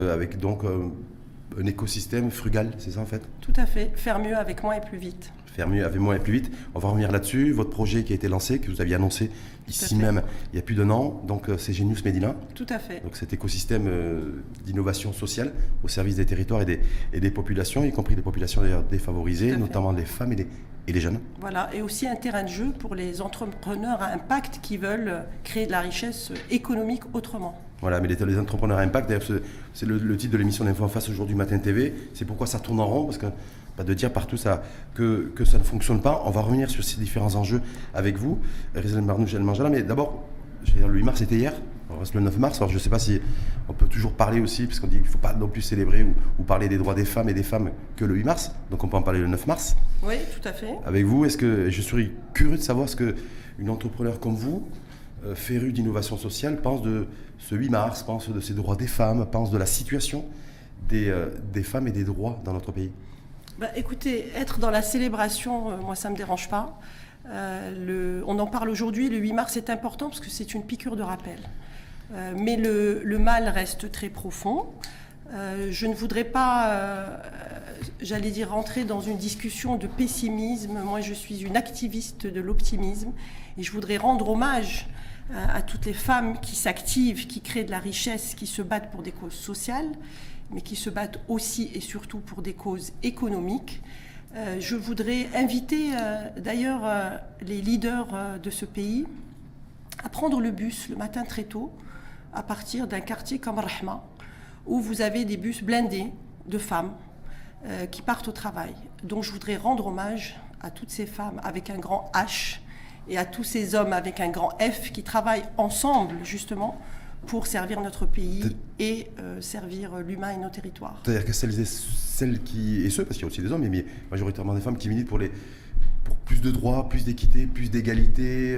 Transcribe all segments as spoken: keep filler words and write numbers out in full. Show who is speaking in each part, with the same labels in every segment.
Speaker 1: euh, avec donc euh, un écosystème frugal, c'est ça en fait?
Speaker 2: Tout à fait, faire mieux avec moins et plus vite.
Speaker 1: Faire mieux avec moins et plus vite. On va revenir là-dessus. Votre projet qui a été lancé, que vous aviez annoncé ici même il y a plus d'un an, donc euh, c'est Genius Medina.
Speaker 2: Tout à fait.
Speaker 1: Donc cet écosystème euh, d'innovation sociale au service des territoires et des, et des populations, y compris des populations d'ailleurs défavorisées, notamment les femmes et les, et les jeunes.
Speaker 2: Voilà, et aussi un terrain de jeu pour les entrepreneurs à impact qui veulent créer de la richesse économique autrement.
Speaker 1: Voilà, mais les, les entrepreneurs à impact, d'ailleurs, c'est le, le titre de l'émission d'Info en Face aujourd'hui Matin T V. C'est pourquoi ça tourne en rond, parce que pas de dire partout ça, que, que ça ne fonctionne pas. On va revenir sur ces différents enjeux avec vous, Rizlan Marnouch El Manjala. Mais d'abord, le huit mars, c'était hier. On reste le neuf mars. Alors je ne sais pas si on peut toujours parler aussi, parce qu'on dit qu'il ne faut pas non plus célébrer ou, ou parler des droits des femmes et des femmes que le huit mars. Donc on peut en parler le neuf mars.
Speaker 2: Oui, tout à fait.
Speaker 1: Avec vous, est-ce que je suis curieux de savoir ce qu'une entrepreneur comme vous, euh, férue d'innovation sociale, pense de ce huit mars, pense de ces droits des femmes, pense de la situation des, euh, des femmes et des droits dans notre pays?
Speaker 2: Bah, écoutez, être dans la célébration, euh, moi ça ne me dérange pas. Euh, le, on en parle aujourd'hui, le huit mars est important parce que c'est une piqûre de rappel. Euh, mais le, le mal reste très profond. Euh, je ne voudrais pas, euh, j'allais dire, rentrer dans une discussion de pessimisme. Moi je suis une activiste de l'optimisme et je voudrais rendre hommage à, à toutes les femmes qui s'activent, qui créent de la richesse, qui se battent pour des causes sociales, mais qui se battent aussi et surtout pour des causes économiques. Euh, je voudrais inviter euh, d'ailleurs euh, les leaders euh, de ce pays à prendre le bus le matin très tôt à partir d'un quartier comme Rahma, où vous avez des bus blindés de femmes euh, qui partent au travail. Donc je voudrais rendre hommage à toutes ces femmes avec un grand H et à tous ces hommes avec un grand F qui travaillent ensemble justement pour servir notre pays et euh, servir l'humain et nos territoires.
Speaker 1: C'est-à-dire que celles et, celles qui, et ceux, parce qu'il y a aussi des hommes, mais majoritairement des femmes qui militent pour, les, pour plus de droits, plus d'équité, plus d'égalité,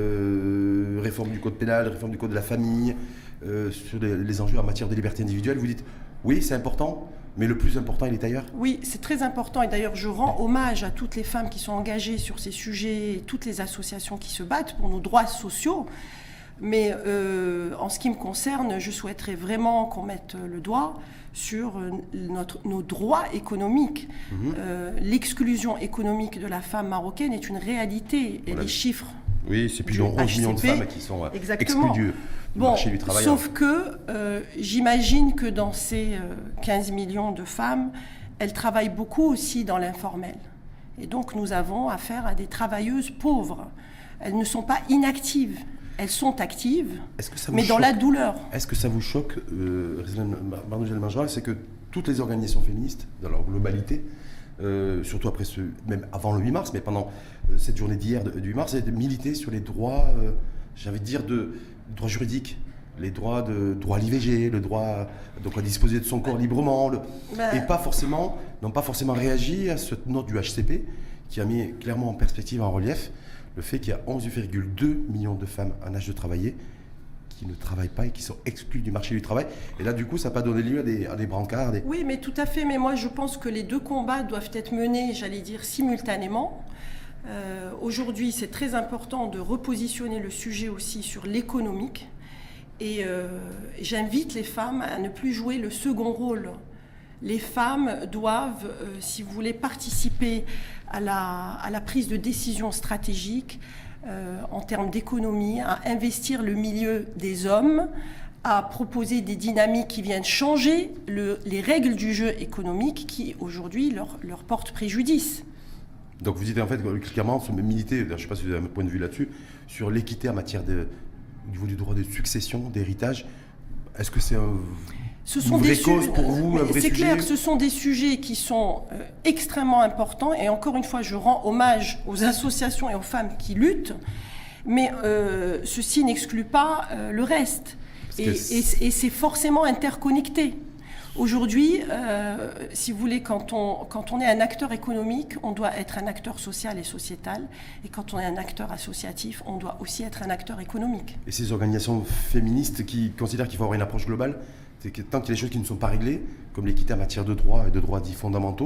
Speaker 1: euh, réforme du code pénal, réforme du code de la famille, euh, sur les, les enjeux en matière de liberté individuelle. Vous dites, oui, c'est important, mais le plus important, il est ailleurs?
Speaker 2: Oui, c'est très important. Et d'ailleurs, je rends hommage à toutes les femmes qui sont engagées sur ces sujets, toutes les associations qui se battent pour nos droits sociaux. Mais euh, en ce qui me concerne, je souhaiterais vraiment qu'on mette le doigt sur notre, nos droits économiques. Mmh. Euh, l'exclusion économique de la femme marocaine est une réalité. Et voilà. Les chiffres.
Speaker 1: Oui, c'est plus de onze millions de femmes qui sont
Speaker 2: exactement.
Speaker 1: exclues du, du
Speaker 2: bon,
Speaker 1: marché du travail.
Speaker 2: Sauf que euh, j'imagine que dans ces euh, quinze millions de femmes, elles travaillent beaucoup aussi dans l'informel. Et donc nous avons affaire à des travailleuses pauvres. Elles ne sont pas inactives. Elles sont actives, mais dans
Speaker 1: choque,
Speaker 2: la douleur.
Speaker 1: Est-ce que ça vous choque, euh, Marnouch El Manjala, c'est que toutes les organisations féministes, dans leur globalité, euh, surtout après ce, même avant le huit mars, mais pendant euh, cette journée d'hier, du huit mars, elles militaient sur les droits, euh, j'ai envie de dire, de, de droits juridiques, les droits de droit à l'I V G, le droit donc à disposer de son corps librement, le, ben... et pas forcément, n'ont pas forcément réagi à cette note du H C P qui a mis clairement en perspective, en relief, le fait qu'il y a onze virgule deux millions de femmes en âge de travailler qui ne travaillent pas et qui sont exclues du marché du travail. Et là, du coup, ça n'a pas donné lieu à des, à des brancards. Des...
Speaker 2: Oui, mais tout à fait. Mais moi, je pense que les deux combats doivent être menés, j'allais dire, simultanément. Euh, aujourd'hui, c'est très important de repositionner le sujet aussi sur l'économique. Et euh, j'invite les femmes à ne plus jouer le second rôle. Les femmes doivent, euh, si vous voulez, participer à la, à la prise de décision stratégique euh, en termes d'économie, à investir le milieu des hommes, à proposer des dynamiques qui viennent changer le, les règles du jeu économique qui, aujourd'hui, leur, leur portent préjudice.
Speaker 1: Donc vous dites en fait clairement, militer, je ne sais pas si vous avez un point de vue là-dessus, sur l'équité en matière de, au niveau du droit de succession, d'héritage. Est-ce que c'est un...
Speaker 2: Ce sont
Speaker 1: une vraie
Speaker 2: des
Speaker 1: cause pour vous, un vrai
Speaker 2: c'est
Speaker 1: sujet.
Speaker 2: clair, ce sont des sujets qui sont euh, extrêmement importants. Et encore une fois, je rends hommage aux associations et aux femmes qui luttent. Mais euh, ceci n'exclut pas euh, le reste. Et, et, et c'est forcément interconnecté. Aujourd'hui, euh, si vous voulez, quand on, quand on est un acteur économique, on doit être un acteur social et sociétal. Et quand on est un acteur associatif, on doit aussi être un acteur économique.
Speaker 1: Et ces organisations féministes qui considèrent qu'il faut avoir une approche globale, c'est que tant qu'il y a des choses qui ne sont pas réglées, comme l'équité en matière de droits et de droits dits fondamentaux,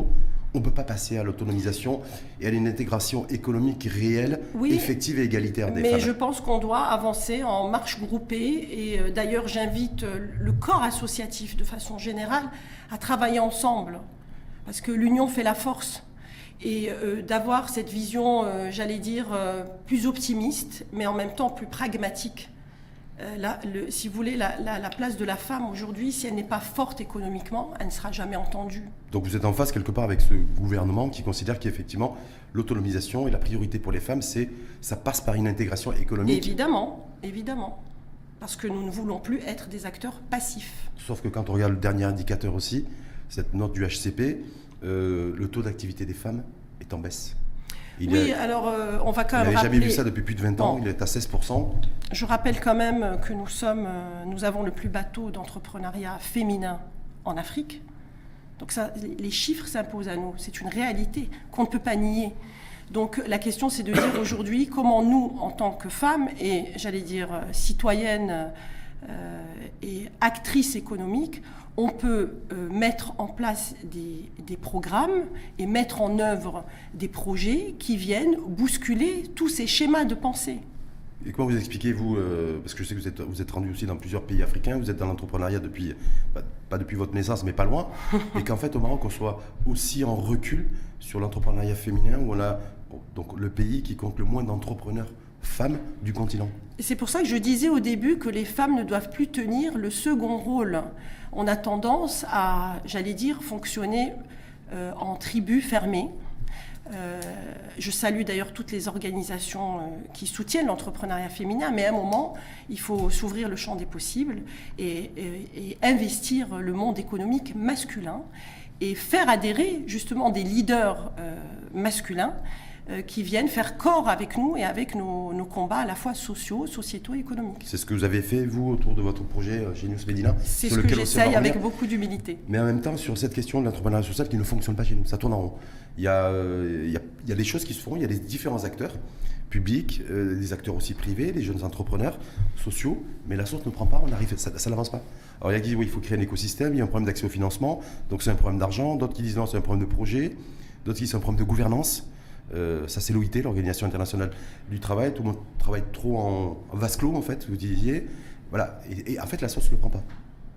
Speaker 1: on ne peut pas passer à l'autonomisation et à une intégration économique réelle,
Speaker 2: oui,
Speaker 1: effective et égalitaire des
Speaker 2: mais
Speaker 1: femmes.
Speaker 2: Mais je pense qu'on doit avancer en marche groupée. Et euh, d'ailleurs, j'invite le corps associatif, de façon générale, à travailler ensemble. Parce que l'union fait la force. Et euh, d'avoir cette vision, euh, j'allais dire, euh, plus optimiste, mais en même temps plus pragmatique. Euh, là, le, si vous voulez, la, la, la place de la femme aujourd'hui, si elle n'est pas forte économiquement, elle ne sera jamais entendue.
Speaker 1: Donc vous êtes en face quelque part avec ce gouvernement qui considère qu'effectivement l'autonomisation et la priorité pour les femmes, c'est, ça passe par une intégration économique.
Speaker 2: Évidemment, évidemment. Parce que nous ne voulons plus être des acteurs passifs.
Speaker 1: Sauf que quand on regarde le dernier indicateur aussi, cette note du H C P, euh, le taux d'activité des femmes est en baisse. Il
Speaker 2: oui,
Speaker 1: a,
Speaker 2: alors euh, on va quand même
Speaker 1: rappeler... On n'avait jamais vu ça depuis plus de vingt ans,
Speaker 2: bon.
Speaker 1: Il est à seize pour cent.
Speaker 2: Je rappelle quand même que nous sommes, euh, nous avons le plus bas taux d'entrepreneuriat féminin en Afrique. Donc ça, les chiffres s'imposent à nous, c'est une réalité qu'on ne peut pas nier. Donc la question, c'est de dire aujourd'hui comment nous, en tant que femmes et, j'allais dire, citoyennes euh, et actrices économiques, on peut euh, mettre en place des, des programmes et mettre en œuvre des projets qui viennent bousculer tous ces schémas de pensée.
Speaker 1: Et comment vous expliquez, vous, euh, parce que je sais que vous êtes, vous êtes rendu aussi dans plusieurs pays africains, vous êtes dans l'entrepreneuriat depuis, pas, pas depuis votre naissance, mais pas loin, et qu'en fait au Maroc on soit aussi en recul sur l'entrepreneuriat féminin, où on a bon, donc, le pays qui compte le moins d'entrepreneurs femmes du continent.
Speaker 2: Et c'est pour ça que je disais au début que les femmes ne doivent plus tenir le second rôle. On a tendance à, j'allais dire, fonctionner euh, en tribu fermée. Euh, je salue d'ailleurs toutes les organisations euh, qui soutiennent l'entrepreneuriat féminin, mais à un moment, il faut s'ouvrir le champ des possibles et, et, et investir le monde économique masculin et faire adhérer justement des leaders euh, masculins euh, qui viennent faire corps avec nous et avec nos, nos combats à la fois sociaux, sociétaux et économiques.
Speaker 1: C'est ce que vous avez fait, vous, autour de votre projet euh, Genius Medina.
Speaker 2: C'est ce que j'essaye avec beaucoup d'humilité.
Speaker 1: Mais en même temps, sur cette question de l'entrepreneuriat social qui ne fonctionne pas chez nous, ça tourne en rond. Il y, a, euh, il, y a, il y a des choses qui se font, il y a des différents acteurs publics, euh, des acteurs aussi privés, des jeunes entrepreneurs sociaux, mais la sauce ne prend pas, on arrive, ça, ça n'avance pas. Alors il y a qui disent oui, il faut créer un écosystème, il y a un problème d'accès au financement, donc c'est un problème d'argent, d'autres qui disent non, c'est un problème de projet, d'autres qui disent c'est un problème de gouvernance. Euh, ça c'est l'O I T, l'Organisation internationale du travail, tout le monde travaille trop en, en vase clos en fait, vous disiez. Voilà, et, et en fait la sauce ne prend pas.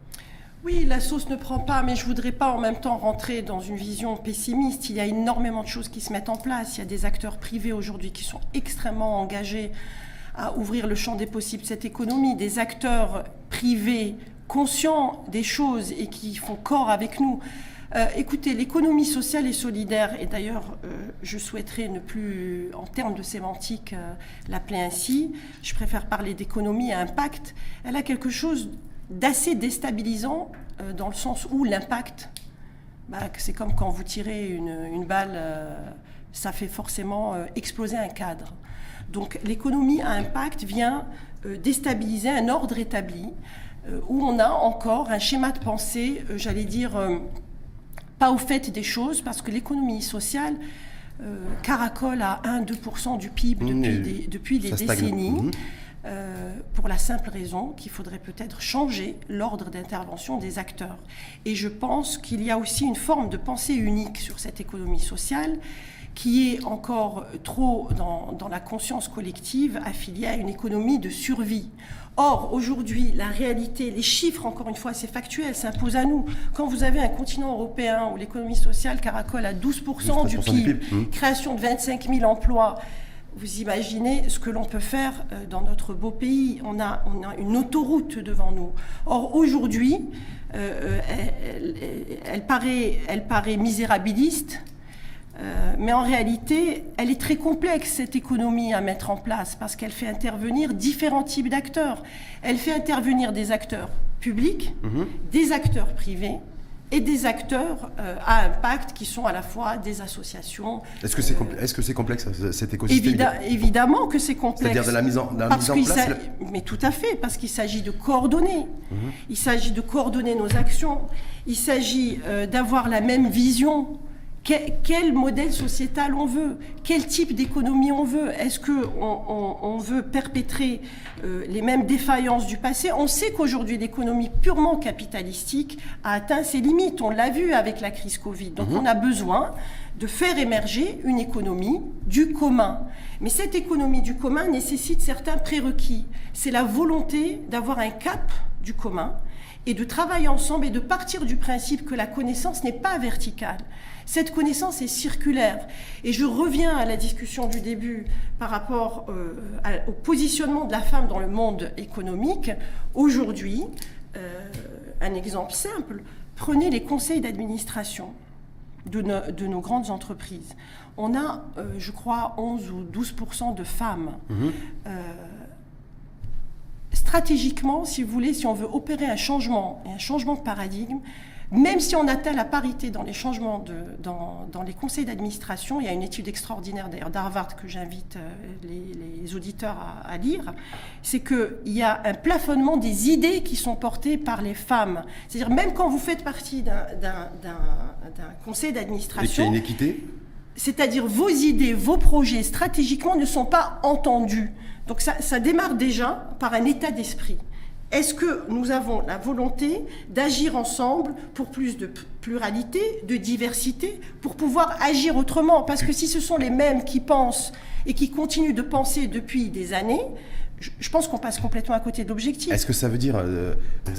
Speaker 2: Oui, la sauce ne prend pas, mais je ne voudrais pas en même temps rentrer dans une vision pessimiste. Il y a énormément de choses qui se mettent en place. Il y a des acteurs privés aujourd'hui qui sont extrêmement engagés à ouvrir le champ des possibles de cette économie, des acteurs privés conscients des choses et qui font corps avec nous. Euh, écoutez, l'économie sociale et solidaire, et d'ailleurs euh, je souhaiterais ne plus, en termes de sémantique, euh, l'appeler ainsi, je préfère parler d'économie à impact, elle a quelque chose d'assez déstabilisant euh, dans le sens où l'impact, bah, c'est comme quand vous tirez une, une balle, euh, ça fait forcément euh, exploser un cadre. Donc l'économie à impact vient euh, déstabiliser un ordre établi euh, où on a encore un schéma de pensée, euh, j'allais dire, euh, pas au fait des choses, parce que l'économie sociale euh, caracole à un à deux pour cent du P I B depuis mmh, des, depuis des décennies. Mmh. Euh, pour la simple raison qu'il faudrait peut-être changer l'ordre d'intervention des acteurs. Et je pense qu'il y a aussi une forme de pensée unique sur cette économie sociale qui est encore trop dans, dans la conscience collective affiliée à une économie de survie. Or, aujourd'hui, la réalité, les chiffres, encore une fois, c'est factuel, s'imposent à nous. Quand vous avez un continent européen où l'économie sociale caracole à douze pour cent du P I B, du P I B. Mmh. Création de vingt-cinq mille emplois, vous imaginez ce que l'on peut faire dans notre beau pays. On a, on a une autoroute devant nous. Or, aujourd'hui, euh, elle, elle, elle, paraît, elle paraît misérabiliste, euh, mais en réalité, elle est très complexe, cette économie à mettre en place, parce qu'elle fait intervenir différents types d'acteurs. Elle fait intervenir des acteurs publics, mmh. des acteurs privés, et des acteurs euh, à impact qui sont à la fois des associations.
Speaker 1: Est-ce que c'est compl- est-ce que c'est complexe cet écosystème?
Speaker 2: Évida- Évidemment que c'est complexe.
Speaker 1: C'est-à-dire de la mise en, de la mise en place
Speaker 2: la... Mais tout à fait, parce qu'il s'agit de coordonner. Mmh. Il s'agit de coordonner nos actions. Il s'agit euh, d'avoir la même vision Quel, quel modèle sociétal on veut? Quel type d'économie on veut? Est-ce qu'on on, on veut perpétrer euh, les mêmes défaillances du passé? On sait qu'aujourd'hui, l'économie purement capitalistique a atteint ses limites. On l'a vu avec la crise Covid. Donc, mmh. on a besoin de faire émerger une économie du commun. Mais cette économie du commun nécessite certains prérequis. C'est la volonté d'avoir un cap du commun et de travailler ensemble et de partir du principe que la connaissance n'est pas verticale. Cette connaissance est circulaire. Et je reviens à la discussion du début par rapport euh, à, au positionnement de la femme dans le monde économique. Aujourd'hui, euh, un exemple simple, prenez les conseils d'administration de, no, de nos grandes entreprises. On a, euh, je crois, onze ou douze pour cent de femmes. Mmh. Euh, stratégiquement, si vous voulez, si on veut opérer un changement, un changement de paradigme, même si on atteint la parité dans les changements, de, dans, dans les conseils d'administration, il y a une étude extraordinaire d'ailleurs d'Harvard que j'invite les, les auditeurs à, à lire, c'est qu'il y a un plafonnement des idées qui sont portées par les femmes. C'est-à-dire même quand vous faites partie d'un, d'un, d'un, d'un conseil d'administration...
Speaker 1: Et qu'il y a une équité ?
Speaker 2: C'est-à-dire vos idées, vos projets stratégiquement ne sont pas entendus. Donc ça, ça démarre déjà par un état d'esprit. Est-ce que nous avons la volonté d'agir ensemble pour plus de pluralité, de diversité, pour pouvoir agir autrement? Parce que si ce sont les mêmes qui pensent et qui continuent de penser depuis des années, je pense qu'on passe complètement à côté de l'objectif.
Speaker 1: Est-ce que ça veut dire, euh,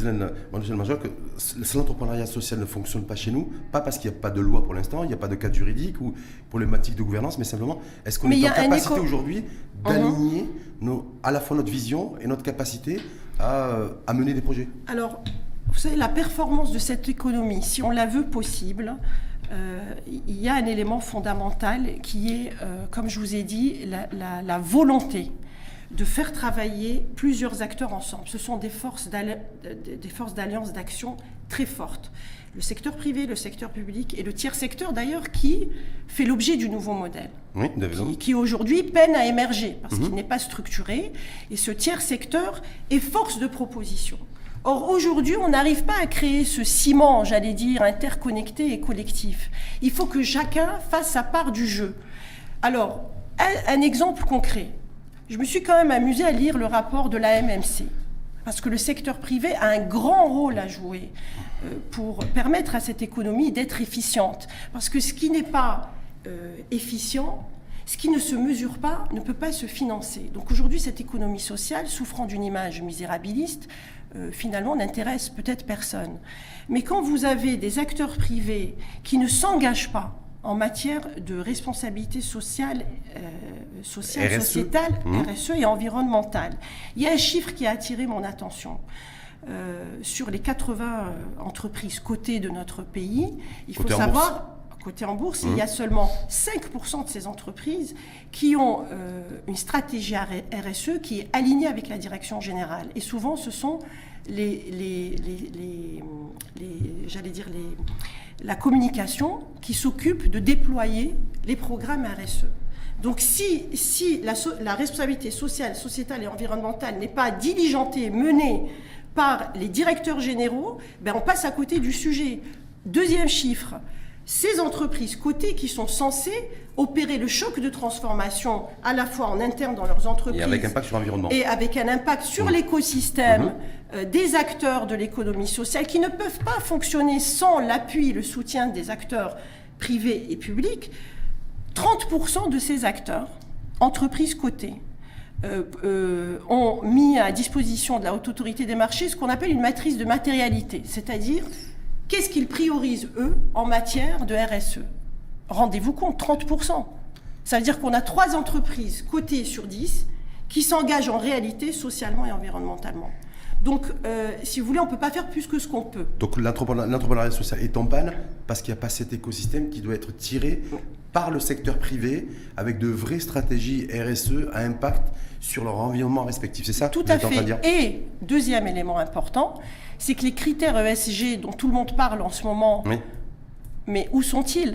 Speaker 1: Major, que l'entrepreneuriat social ne fonctionne pas chez nous? Pas parce qu'il n'y a pas de loi pour l'instant, il n'y a pas de cadre juridique ou problématique de gouvernance, mais simplement, est-ce qu'on mais est en capacité éco... aujourd'hui d'aligner uh-huh. nos, à la fois notre vision et notre capacité à, à mener des projets? Alors,
Speaker 2: vous savez, la performance de cette économie, si on la veut possible, euh, il y a un élément fondamental qui est, euh, comme je vous ai dit, la, la, la volonté de faire travailler plusieurs acteurs ensemble. Ce sont des forces, des forces d'alliance d'action très fortes. Le secteur privé, le secteur public et le tiers-secteur d'ailleurs qui fait l'objet du nouveau modèle.
Speaker 1: Oui, qui,
Speaker 2: qui aujourd'hui peine à émerger parce mmh. qu'il n'est pas structuré. Et ce tiers-secteur est force de proposition. Or, aujourd'hui, on n'arrive pas à créer ce ciment, j'allais dire, interconnecté et collectif. Il faut que chacun fasse sa part du jeu. Alors, un, un exemple concret. Je me suis quand même amusée à lire le rapport de l'A M M C, parce que le secteur privé a un grand rôle à jouer pour permettre à cette économie d'être efficiente. Parce que ce qui n'est pas euh, efficient, ce qui ne se mesure pas, ne peut pas se financer. Donc aujourd'hui, cette économie sociale, souffrant d'une image misérabiliste, euh, finalement n'intéresse peut-être personne. Mais quand vous avez des acteurs privés qui ne s'engagent pas en matière de responsabilité sociale, euh, sociale
Speaker 1: R S E.
Speaker 2: sociétale,
Speaker 1: mmh.
Speaker 2: R S E et environnementale. Il y a un chiffre qui a attiré mon attention. Euh, sur les quatre-vingts euh, entreprises cotées de notre pays, il faut savoir, cotées en bourse, mmh. il y a seulement cinq pour cent de ces entreprises qui ont euh, une stratégie R S E qui est alignée avec la direction générale. Et souvent, ce sont les, les, les, les, les j'allais dire les, la communication qui s'occupe de déployer les programmes R S E. Donc si, si la, la responsabilité sociale, sociétale et environnementale n'est pas diligentée, menée par les directeurs généraux, ben on passe à côté du sujet. Deuxième chiffre, ces entreprises cotées qui sont censées opérer le choc de transformation à la fois en interne dans leurs entreprises
Speaker 1: et avec impact sur l'environnement
Speaker 2: et avec un impact sur mmh. l'écosystème mmh. euh, des acteurs de l'économie sociale qui ne peuvent pas fonctionner sans l'appui, le soutien des acteurs privés et publics. trente pour cent de ces acteurs, entreprises cotées, Euh, euh, ont mis à disposition de la Haute Autorité des marchés ce qu'on appelle une matrice de matérialité, c'est-à-dire qu'est-ce qu'ils priorisent, eux, en matière de R S E. Rendez-vous compte, trente pour cent. Ça veut dire qu'on a trois entreprises cotées sur dix qui s'engagent en réalité socialement et environnementalement. Donc, euh, si vous voulez, on ne peut pas faire plus que ce qu'on peut.
Speaker 1: Donc l'entrepreneuriat social est en panne parce qu'il n'y a pas cet écosystème qui doit être tiré par le secteur privé avec de vraies stratégies R S E à impact sur leur environnement respectif. C'est ça?
Speaker 2: Tout à fait. Dire Et deuxième élément important, c'est que les critères E S G dont tout le monde parle en ce moment, oui. mais où sont-ils?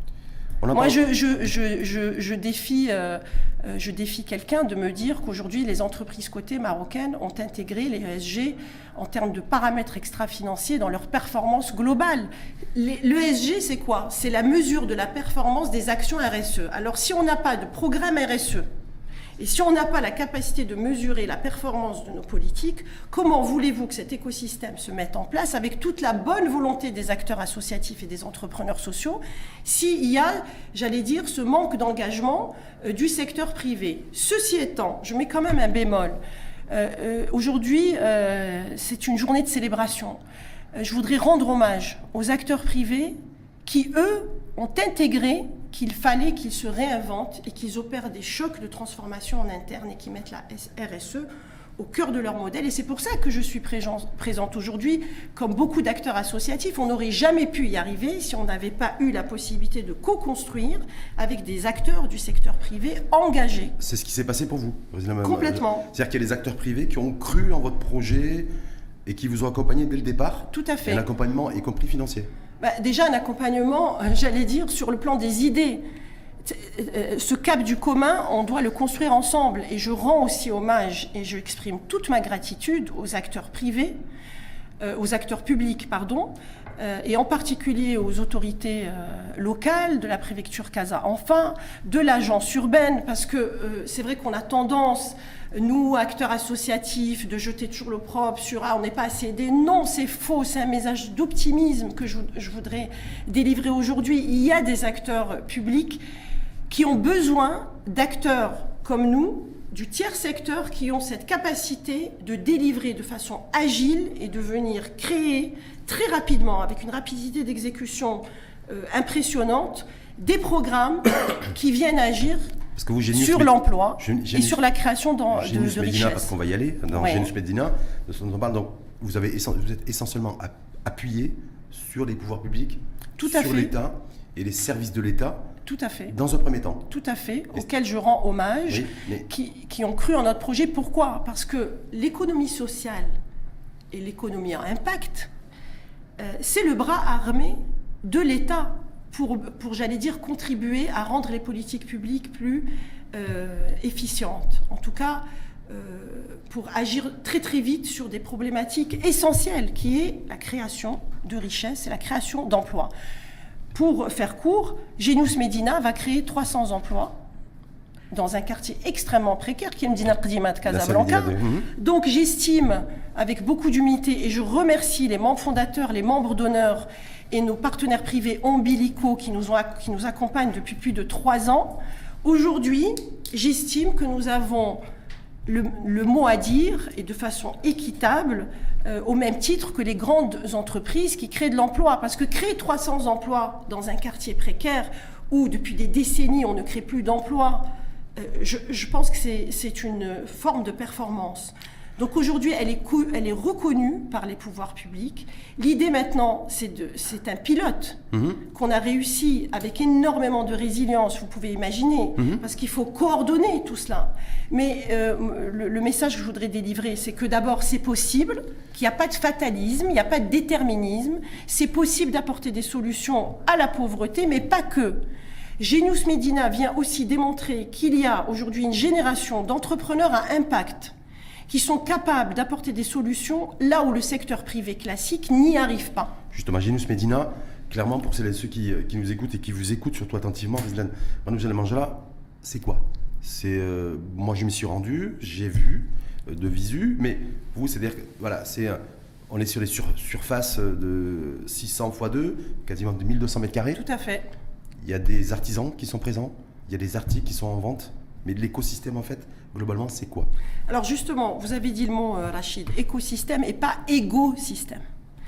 Speaker 2: Moi, je, je, je, je, je défie, euh, je défie quelqu'un de me dire qu'aujourd'hui, les entreprises cotées marocaines ont intégré les E S G en termes de paramètres extra-financiers dans leur performance globale. L'E S G, c'est quoi? C'est la mesure de la performance des actions R S E. Alors, si on n'a pas de programme R S E, et si on n'a pas la capacité de mesurer la performance de nos politiques, comment voulez-vous que cet écosystème se mette en place avec toute la bonne volonté des acteurs associatifs et des entrepreneurs sociaux s'il y a, j'allais dire, ce manque d'engagement euh, du secteur privé? Ceci étant, je mets quand même un bémol. Euh, euh, aujourd'hui, euh, c'est une journée de célébration. Euh, je voudrais rendre hommage aux acteurs privés qui, eux, ont intégré qu'il fallait qu'ils se réinventent et qu'ils opèrent des chocs de transformation en interne et qu'ils mettent la R S E au cœur de leur modèle. Et c'est pour ça que je suis présente aujourd'hui. Comme beaucoup d'acteurs associatifs, on n'aurait jamais pu y arriver si on n'avait pas eu la possibilité de co-construire avec des acteurs du secteur privé engagés.
Speaker 1: C'est ce qui s'est passé pour vous.
Speaker 2: Complètement.
Speaker 1: C'est-à-dire qu'il y a des acteurs privés qui ont cru en votre projet et qui vous ont accompagné dès le départ.
Speaker 2: Tout à fait.
Speaker 1: Et l'accompagnement, y compris financier.
Speaker 2: Bah, déjà un accompagnement, euh, j'allais dire, sur le plan des idées. Ce cap du commun, on doit le construire ensemble. Et je rends aussi hommage, et je exprime toute ma gratitude aux acteurs privés, euh, aux acteurs publics, pardon, euh, et en particulier aux autorités euh, locales, de la préfecture Casa, enfin, de l'agence urbaine, parce que euh, c'est vrai qu'on a tendance, nous, acteurs associatifs, de jeter toujours l'opprobre sur « ah, on n'est pas assez aidés ». Non, c'est faux, c'est un message d'optimisme que je, je voudrais délivrer aujourd'hui. Il y a des acteurs publics qui ont besoin d'acteurs comme nous, du tiers secteur, qui ont cette capacité de délivrer de façon agile et de venir créer très rapidement, avec une rapidité d'exécution euh, impressionnante, des programmes qui viennent agir
Speaker 1: parce que vous, Genius,
Speaker 2: sur l'emploi
Speaker 1: Genius,
Speaker 2: et sur la création dans, de, de
Speaker 1: Medina,
Speaker 2: richesses.
Speaker 1: Parce qu'on va y aller, dans ouais. Genius Medina, de ce dont on parle, donc vous, avez, vous êtes essentiellement appuyé sur les pouvoirs publics,
Speaker 2: Tout à
Speaker 1: sur l'État et les services de l'État.
Speaker 2: Tout à fait.
Speaker 1: Dans un premier temps.
Speaker 2: Tout à fait, auxquels je rends hommage, oui, mais... qui, qui ont cru en notre projet. Pourquoi? Parce que l'économie sociale et l'économie à impact, euh, c'est le bras armé de l'État pour, pour, j'allais dire, contribuer à rendre les politiques publiques plus euh, efficientes. En tout cas, euh, pour agir très très vite sur des problématiques essentielles, qui est la création de richesses et la création d'emplois. Pour faire court, Genius Medina va créer trois cents emplois dans un quartier extrêmement précaire qui est Medina Qdima de Casablanca. De... Mmh. Donc j'estime, avec beaucoup d'humilité, et je remercie les membres fondateurs, les membres d'honneur et nos partenaires privés ombilicaux qui nous, ont, qui nous accompagnent depuis plus de trois ans. Aujourd'hui, j'estime que nous avons le, le mot à dire, et de façon équitable, euh, au même titre que les grandes entreprises qui créent de l'emploi. Parce que créer trois cents emplois dans un quartier précaire où depuis des décennies on ne crée plus d'emplois, euh, je, je pense que c'est une forme de performance. Donc aujourd'hui, elle est, elle est reconnue par les pouvoirs publics. L'idée maintenant, c'est un pilote mmh. qu'on a réussi avec énormément de résilience, vous pouvez imaginer, mmh. parce qu'il faut coordonner tout cela. Mais euh, le, le message que je voudrais délivrer, c'est que d'abord, c'est possible, qu'il n'y a pas de fatalisme, il n'y a pas de déterminisme. C'est possible d'apporter des solutions à la pauvreté, mais pas que. Genius Medina vient aussi démontrer qu'il y a aujourd'hui une génération d'entrepreneurs à impact qui sont capables d'apporter des solutions là où le secteur privé classique n'y arrive pas.
Speaker 1: Justement, Genius Medina, clairement, pour celles et ceux qui, qui nous écoutent et qui vous écoutent surtout attentivement, Manouchel Manjala, c'est quoi? C'est euh, moi, je m'y suis rendu, j'ai vu euh, de visu, mais vous, c'est-à-dire que voilà, c'est, euh, on est sur les sur, surfaces de six cents fois deux, quasiment de mille deux cents mètres carrés.
Speaker 2: Tout à fait.
Speaker 1: Il y a des artisans qui sont présents, il y a des articles qui sont en vente. Mais l'écosystème, en fait, globalement, c'est quoi? Alors justement, vous avez dit le mot, euh, Rachid, écosystème et pas égo-système.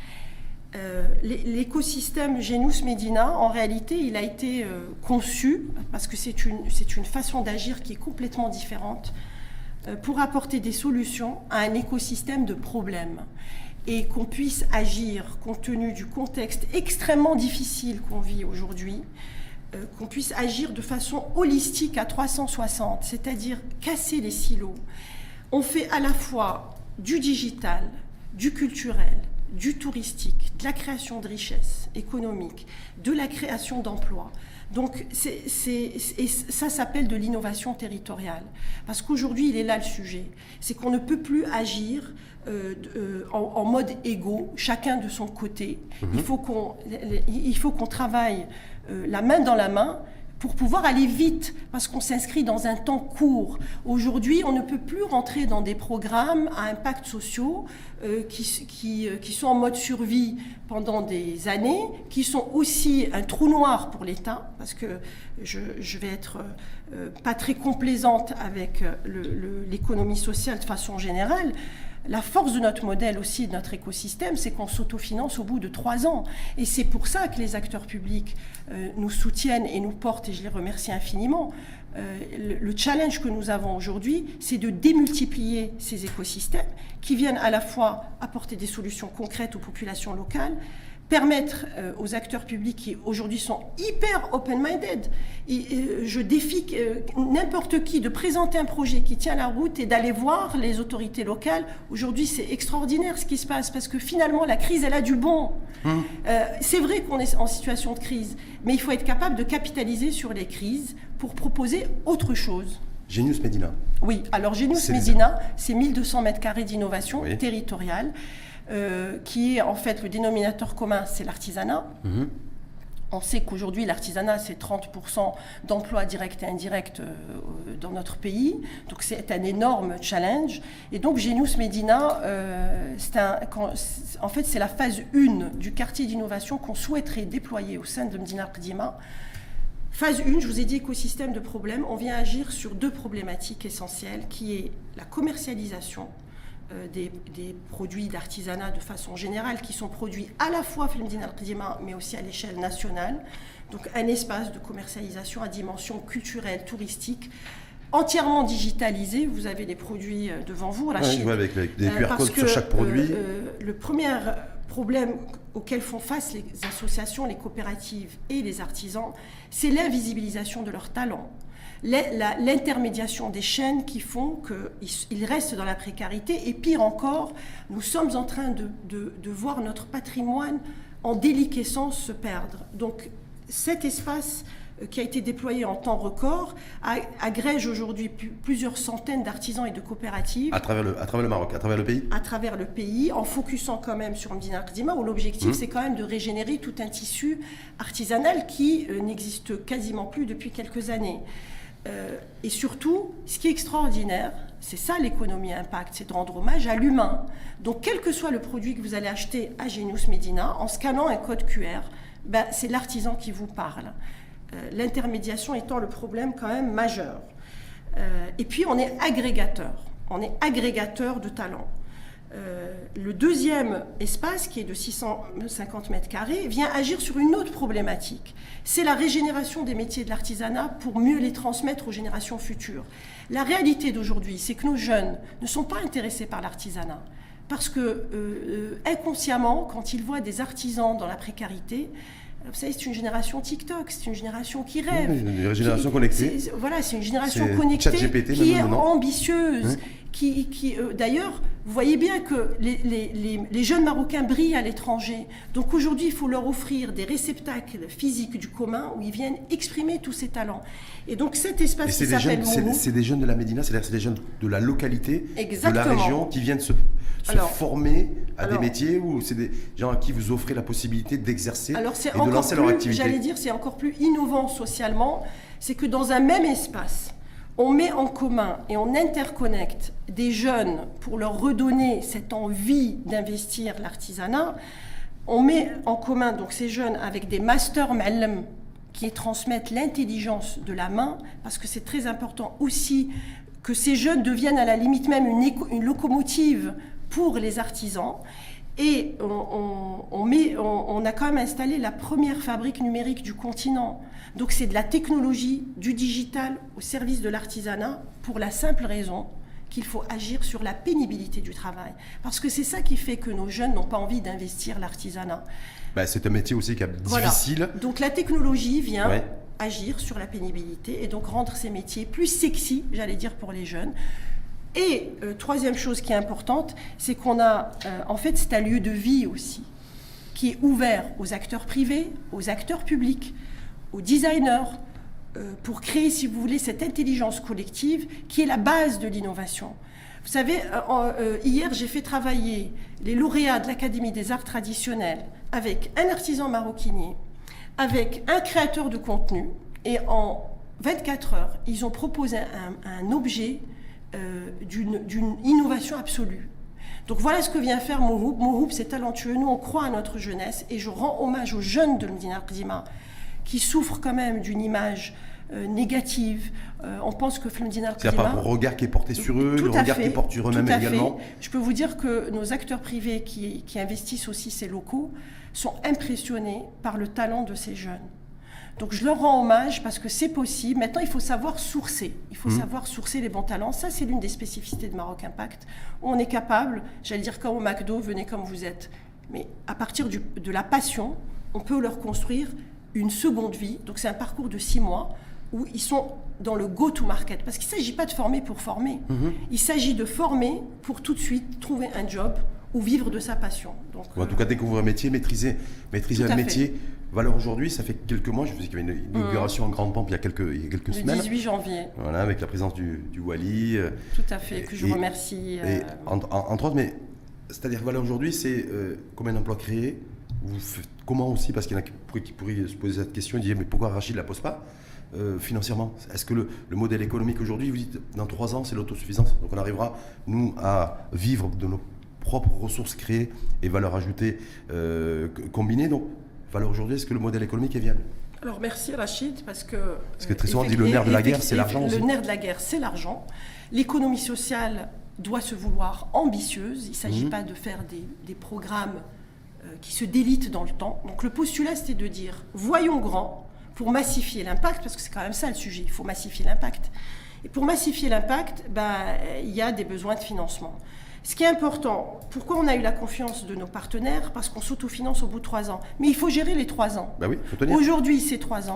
Speaker 1: Euh, L'écosystème Genius Medina, en réalité, il a été euh, conçu, parce que c'est une, c'est une façon d'agir qui est complètement différente, euh, pour apporter des solutions à un écosystème de problèmes. Et qu'on puisse agir, compte tenu du contexte extrêmement difficile qu'on vit aujourd'hui, Euh, qu'on puisse agir de façon holistique à trois cent soixante, c'est-à-dire casser les silos. On fait à la fois du digital, du culturel,
Speaker 2: du touristique, de la création de richesses économiques, de la création d'emplois. Donc c'est, c'est, et ça s'appelle de l'innovation territoriale. Parce qu'aujourd'hui, il est là le sujet. C'est qu'on ne peut plus agir euh, euh, en, en mode égaux, chacun de son côté. Mmh. Il faut qu'on, il faut qu'on travaille euh, la main dans la main pour pouvoir aller vite, parce qu'on s'inscrit dans un temps court. Aujourd'hui, on ne peut plus rentrer dans des programmes à impact sociaux euh, qui, qui, euh, qui sont en mode survie pendant des années, qui sont aussi un trou noir pour l'État, parce que je, je vais être euh, pas très complaisante avec le, le, l'économie sociale de façon générale. La force de notre modèle aussi, de notre écosystème, c'est qu'on s'autofinance au bout de trois ans. Et c'est pour ça que les acteurs publics euh, nous soutiennent et nous portent, et je les remercie infiniment. Euh, le, le challenge que nous avons aujourd'hui, c'est de démultiplier ces écosystèmes qui viennent à la fois apporter des solutions concrètes aux populations locales, permettre euh, aux acteurs publics qui aujourd'hui sont hyper open-minded. Et, euh, je défie euh, n'importe qui de présenter un projet qui tient la route et d'aller voir les autorités locales. Aujourd'hui, c'est extraordinaire ce qui se passe parce que finalement, la crise, elle a du bon. Mmh. Euh, c'est vrai qu'on est en situation de crise, mais il faut être capable de capitaliser sur les crises pour proposer autre chose.
Speaker 1: Genius Medina.
Speaker 2: Oui, alors Genius c'est Medina, c'est mille deux cents mètres carrés d'innovation oui. territoriale. Euh, qui est en fait le dénominateur commun, c'est l'artisanat. Mmh. On sait qu'aujourd'hui, l'artisanat, c'est trente pour cent d'emplois directs et indirects euh, dans notre pays. Donc, c'est un énorme challenge. Et donc, Genius Medina, euh, c'est un, quand, c'est, en fait, c'est la phase un du quartier d'innovation qu'on souhaiterait déployer au sein de Medina Qdima. Phase un, je vous ai dit écosystème de problèmes. On vient agir sur deux problématiques essentielles, qui est la commercialisation Des, des produits d'artisanat de façon générale qui sont produits à la fois Film Medina Qdima mais aussi à l'échelle nationale. Donc un espace de commercialisation à dimension culturelle, touristique, entièrement digitalisé. Vous avez les produits devant vous.
Speaker 1: Ouais, je vois avec les, les Q R codes sur chaque produit.
Speaker 2: Euh, euh, le premier problème auquel font face les associations, les coopératives et les artisans, c'est l'invisibilisation de leurs talents. L'intermédiation des chaînes qui font qu'ils restent dans la précarité. Et pire encore, nous sommes en train de, de, de voir notre patrimoine en déliquescence se perdre. Donc cet espace qui a été déployé en temps record agrège aujourd'hui plusieurs centaines d'artisans et de coopératives.
Speaker 1: À travers, le, à travers le Maroc, à travers le pays
Speaker 2: À travers le pays, en focusant quand même sur Medina Qdima, où l'objectif mmh. c'est quand même de régénérer tout un tissu artisanal qui euh, n'existe quasiment plus depuis quelques années. Euh, et surtout, ce qui est extraordinaire, c'est ça l'économie impact, c'est de rendre hommage à l'humain. Donc, quel que soit le produit que vous allez acheter à Genius Medina, en scannant un code Q R, ben, c'est l'artisan qui vous parle. Euh, l'intermédiation étant le problème quand même majeur. Euh, et puis, on est agrégateur. On est agrégateur de talents. Euh, le deuxième espace, qui est de six cent cinquante mètres carrés, vient agir sur une autre problématique. C'est la régénération des métiers de l'artisanat pour mieux les transmettre aux générations futures. La réalité d'aujourd'hui, c'est que nos jeunes ne sont pas intéressés par l'artisanat. Parce que, euh, euh, inconsciemment, quand ils voient des artisans dans la précarité, vous savez, c'est une génération TikTok, c'est une génération qui rêve.
Speaker 1: Oui, une génération qui, connectée.
Speaker 2: C'est, voilà, c'est une génération connectée qui est ambitieuse. Oui. Qui, qui, euh, d'ailleurs, vous voyez bien que les, les, les, les jeunes Marocains brillent à l'étranger. Donc aujourd'hui, il faut leur offrir des réceptacles physiques du commun où ils viennent exprimer tous ces talents. Et donc cet espace qui s'appelle Moumou...
Speaker 1: C'est des jeunes de la Médina, c'est-à-dire c'est des jeunes de la localité,
Speaker 2: Exactement.
Speaker 1: de la région qui viennent se, se alors, former à alors, des métiers ou c'est des gens à qui vous offrez la possibilité d'exercer
Speaker 2: alors c'est
Speaker 1: et de lancer
Speaker 2: plus,
Speaker 1: leur activité.
Speaker 2: J'allais dire, c'est encore plus innovant socialement, c'est que dans un même espace, on met en commun et on interconnecte des jeunes pour leur redonner cette envie d'investir l'artisanat. On met en commun donc ces jeunes avec des masters M'Alem qui transmettent l'intelligence de la main, parce que c'est très important aussi que ces jeunes deviennent à la limite même une, éco, une locomotive pour les artisans. Et on, on, on, met, on, on a quand même installé la première fabrique numérique du continent. Donc c'est de la technologie, du digital au service de l'artisanat, pour la simple raison qu'il faut agir sur la pénibilité du travail. Parce que c'est ça qui fait que nos jeunes n'ont pas envie d'investir l'artisanat.
Speaker 1: Bah, c'est un métier aussi qui est difficile.
Speaker 2: Voilà. Donc la technologie vient ouais. agir sur la pénibilité et donc rendre ces métiers plus sexy, j'allais dire, pour les jeunes. Et euh, troisième chose qui est importante, c'est qu'on a, euh, en fait, c'est un lieu de vie aussi, qui est ouvert aux acteurs privés, aux acteurs publics, aux designers, euh, pour créer, si vous voulez, cette intelligence collective qui est la base de l'innovation. Vous savez, euh, euh, hier, j'ai fait travailler les lauréats de l'Académie des arts traditionnels avec un artisan maroquinier, avec un créateur de contenu, et en vingt-quatre heures, ils ont proposé un, un objet Euh, d'une, d'une innovation absolue. Donc voilà ce que vient faire Mouhoub. Mouhoub, c'est talentueux. Nous, on croit à notre jeunesse et je rends hommage aux jeunes de Medina Qdima qui souffrent quand même d'une image euh, négative. Euh, on pense que Medina Qdima...
Speaker 1: C'est par rapport au regard qui est porté sur eux,
Speaker 2: tout
Speaker 1: le regard
Speaker 2: fait,
Speaker 1: qui porte sur eux-mêmes également.
Speaker 2: Fait. Je peux vous dire que nos acteurs privés qui, qui investissent aussi ces locaux sont impressionnés par le talent de ces jeunes. Donc je leur rends hommage parce que c'est possible. Maintenant, il faut savoir sourcer. Il faut mmh. savoir sourcer les bons talents. Ça, c'est l'une des spécificités de Maroc Impact. On est capable, j'allais dire comme au McDo, venez comme vous êtes. Mais à partir du, de la passion, on peut leur construire une seconde vie. Donc c'est un parcours de six mois où ils sont dans le go-to-market. Parce qu'il ne s'agit pas de former pour former. Mmh. Il s'agit de former pour tout de suite trouver un job ou vivre de sa passion. Donc,
Speaker 1: en tout cas, découvrir un métier, maîtriser, maîtriser un métier. Fait. Valeur aujourd'hui, ça fait quelques mois, je vous dis qu'il y avait une inauguration mmh. en grande pompe il y a quelques, il y a quelques
Speaker 2: le
Speaker 1: semaines.
Speaker 2: Le dix-huit janvier.
Speaker 1: Voilà, avec la présence du, du Wali. Euh,
Speaker 2: Tout à fait, et, que je et, remercie.
Speaker 1: Et euh... en, en, entre autres, mais c'est-à-dire Valeur aujourd'hui, c'est euh, combien d'emplois créés, vous faites, comment aussi, parce qu'il y en a qui pourraient, qui pourraient se poser cette question et dire mais pourquoi Rachid ne la pose pas euh, financièrement? Est-ce que le, le modèle économique aujourd'hui, vous dites dans trois ans, c'est l'autosuffisance, donc on arrivera, nous, à vivre de nos propres ressources créées et valeurs ajoutées euh, combinées. Donc, valeur aujourd'hui, est-ce que le modèle économique est viable?
Speaker 2: Alors merci Rachid, parce que...
Speaker 1: Parce que très souvent on dit le nerf de la guerre, c'est l'argent aussi.
Speaker 2: Le nerf de la guerre, c'est l'argent. L'économie sociale doit se vouloir ambitieuse. Il ne s'agit mmh. pas de faire des, des programmes euh, qui se délitent dans le temps. Donc le postulat, c'était de dire, voyons grand pour massifier l'impact, parce que c'est quand même ça le sujet, il faut massifier l'impact. Et pour massifier l'impact, bah, il y a des besoins de financement. Ce qui est important, pourquoi on a eu la confiance de nos partenaires? Parce qu'on s'autofinance au bout de trois ans. Mais il faut gérer les trois ans.
Speaker 1: Bah oui, faut tenir.
Speaker 2: Aujourd'hui, ces trois ans,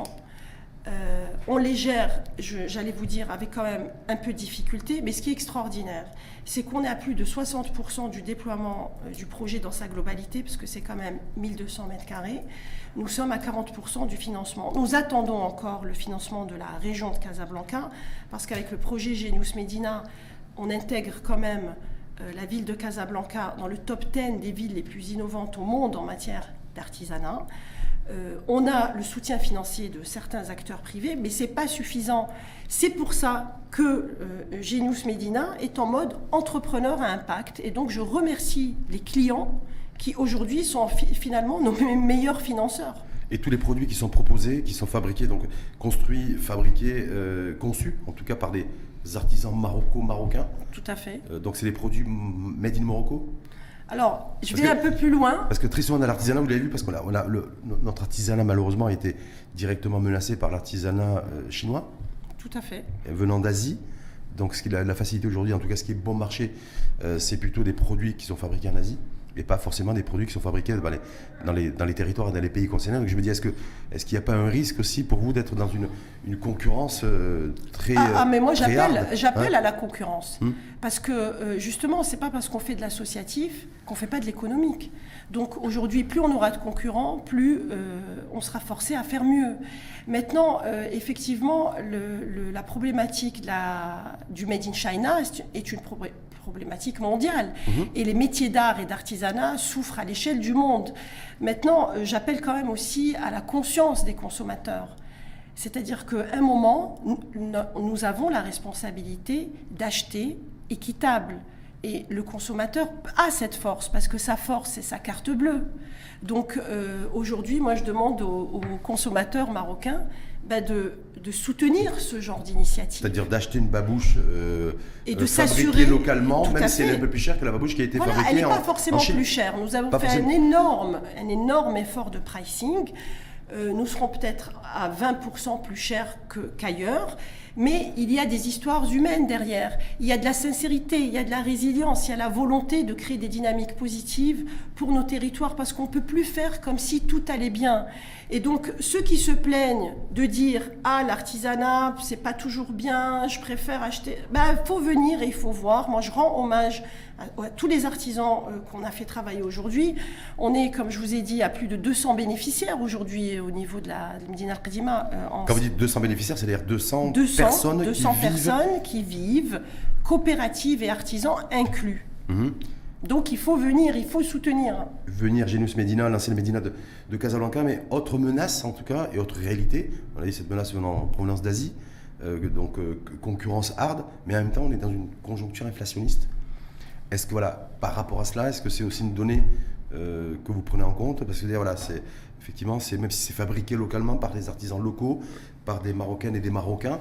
Speaker 2: euh, on les gère, je, j'allais vous dire, avec quand même un peu de difficulté. Mais ce qui est extraordinaire, c'est qu'on est à plus de soixante pour cent du déploiement euh, du projet dans sa globalité, parce que c'est quand même mille deux cents mètres carrés. Nous sommes à quarante pour cent du financement. Nous attendons encore le financement de la région de Casablanca, parce qu'avec le projet Genius Medina, on intègre quand même Euh, la ville de Casablanca dans le top dix des villes les plus innovantes au monde en matière d'artisanat. Euh, on a le soutien financier de certains acteurs privés, mais ce n'est pas suffisant. C'est pour ça que euh, Genius Medina est en mode entrepreneur à impact. Et donc je remercie les clients qui aujourd'hui sont fi- finalement nos meilleurs financeurs.
Speaker 1: Et tous les produits qui sont proposés, qui sont fabriqués, donc construits, fabriqués, euh, conçus, en tout cas par des artisans maroco-marocains.
Speaker 2: Tout à fait.
Speaker 1: Euh, donc c'est des produits made in Morocco.
Speaker 2: Alors, je
Speaker 1: parce
Speaker 2: vais
Speaker 1: que,
Speaker 2: un peu plus loin.
Speaker 1: Parce que très souvent dans l'artisanat, vous l'avez vu, parce que on a, le, notre artisanat malheureusement a été directement menacé par l'artisanat euh, chinois.
Speaker 2: Tout à fait.
Speaker 1: Venant d'Asie. Donc ce qui a la facilité aujourd'hui, en tout cas ce qui est bon marché, euh, c'est plutôt des produits qui sont fabriqués en Asie. Et pas forcément des produits qui sont fabriqués dans les, dans les, dans les territoires et dans les pays concernés. Donc je me dis, est-ce que, est-ce qu'il n'y a pas un risque aussi pour vous d'être dans une, une concurrence euh, très
Speaker 2: Ah, ah mais moi
Speaker 1: très
Speaker 2: j'appelle,
Speaker 1: hard,
Speaker 2: j'appelle
Speaker 1: hein
Speaker 2: à la concurrence. Hum. Parce que euh, justement, c'est pas parce qu'on fait de l'associatif qu'on fait pas de l'économique. Donc aujourd'hui, plus on aura de concurrents, plus euh, on sera forcé à faire mieux. Maintenant, euh, effectivement, le, le, la problématique de la, du Made in China est une problématique problématique mondiale. Mmh. Et les métiers d'art et d'artisanat souffrent à l'échelle du monde. Maintenant, euh, j'appelle quand même aussi à la conscience des consommateurs. C'est-à-dire qu'à un moment, nous, nous avons la responsabilité d'acheter équitable. Et le consommateur a cette force, parce que sa force, c'est sa carte bleue. Donc euh, aujourd'hui, moi, je demande aux, aux consommateurs marocains bah, de, de soutenir ce genre d'initiative.
Speaker 1: C'est-à-dire d'acheter une babouche euh,
Speaker 2: et de
Speaker 1: fabriquée
Speaker 2: s'assurer,
Speaker 1: localement, même si elle est un peu plus chère que la babouche qui a été
Speaker 2: voilà,
Speaker 1: fabriquée en Chine.
Speaker 2: Elle n'est pas forcément plus chère. Nous avons
Speaker 1: pas
Speaker 2: fait
Speaker 1: forcément.
Speaker 2: un énorme, un énorme effort de pricing. euh, nous serons peut-être à vingt pour cent plus chers que, qu'ailleurs, mais il y a des histoires humaines derrière. Il y a de la sincérité, il y a de la résilience, il y a la volonté de créer des dynamiques positives pour nos territoires, parce qu'on ne peut plus faire comme si tout allait bien. Et donc, ceux qui se plaignent de dire « Ah, l'artisanat, c'est pas toujours bien, je préfère acheter... » Ben, il faut venir et il faut voir. Moi, je rends hommage à, à tous les artisans euh, qu'on a fait travailler aujourd'hui. On est, comme je vous ai dit, à plus de deux cents bénéficiaires aujourd'hui au niveau de la de Medina Qadima. Euh, en...
Speaker 1: Quand vous dites deux cents bénéficiaires, c'est-à-dire deux cents,
Speaker 2: deux cents
Speaker 1: personnes,
Speaker 2: deux cents
Speaker 1: qui,
Speaker 2: personnes
Speaker 1: vivent...
Speaker 2: qui vivent, coopératives et artisans inclus.
Speaker 1: Mmh.
Speaker 2: Donc il faut venir, il faut soutenir.
Speaker 1: Venir, Genius Medina, l'ancienne Medina de, de Casablanca, mais autre menace en tout cas, et autre réalité. On a dit cette menace venant en provenance d'Asie, euh, donc euh, concurrence hard, mais en même temps on est dans une conjoncture inflationniste. Est-ce que voilà, par rapport à cela, est-ce que c'est aussi une donnée euh, que vous prenez en compte? Parce que voilà, c'est effectivement, c'est, même si c'est fabriqué localement par des artisans locaux, par des Marocaines et des Marocains,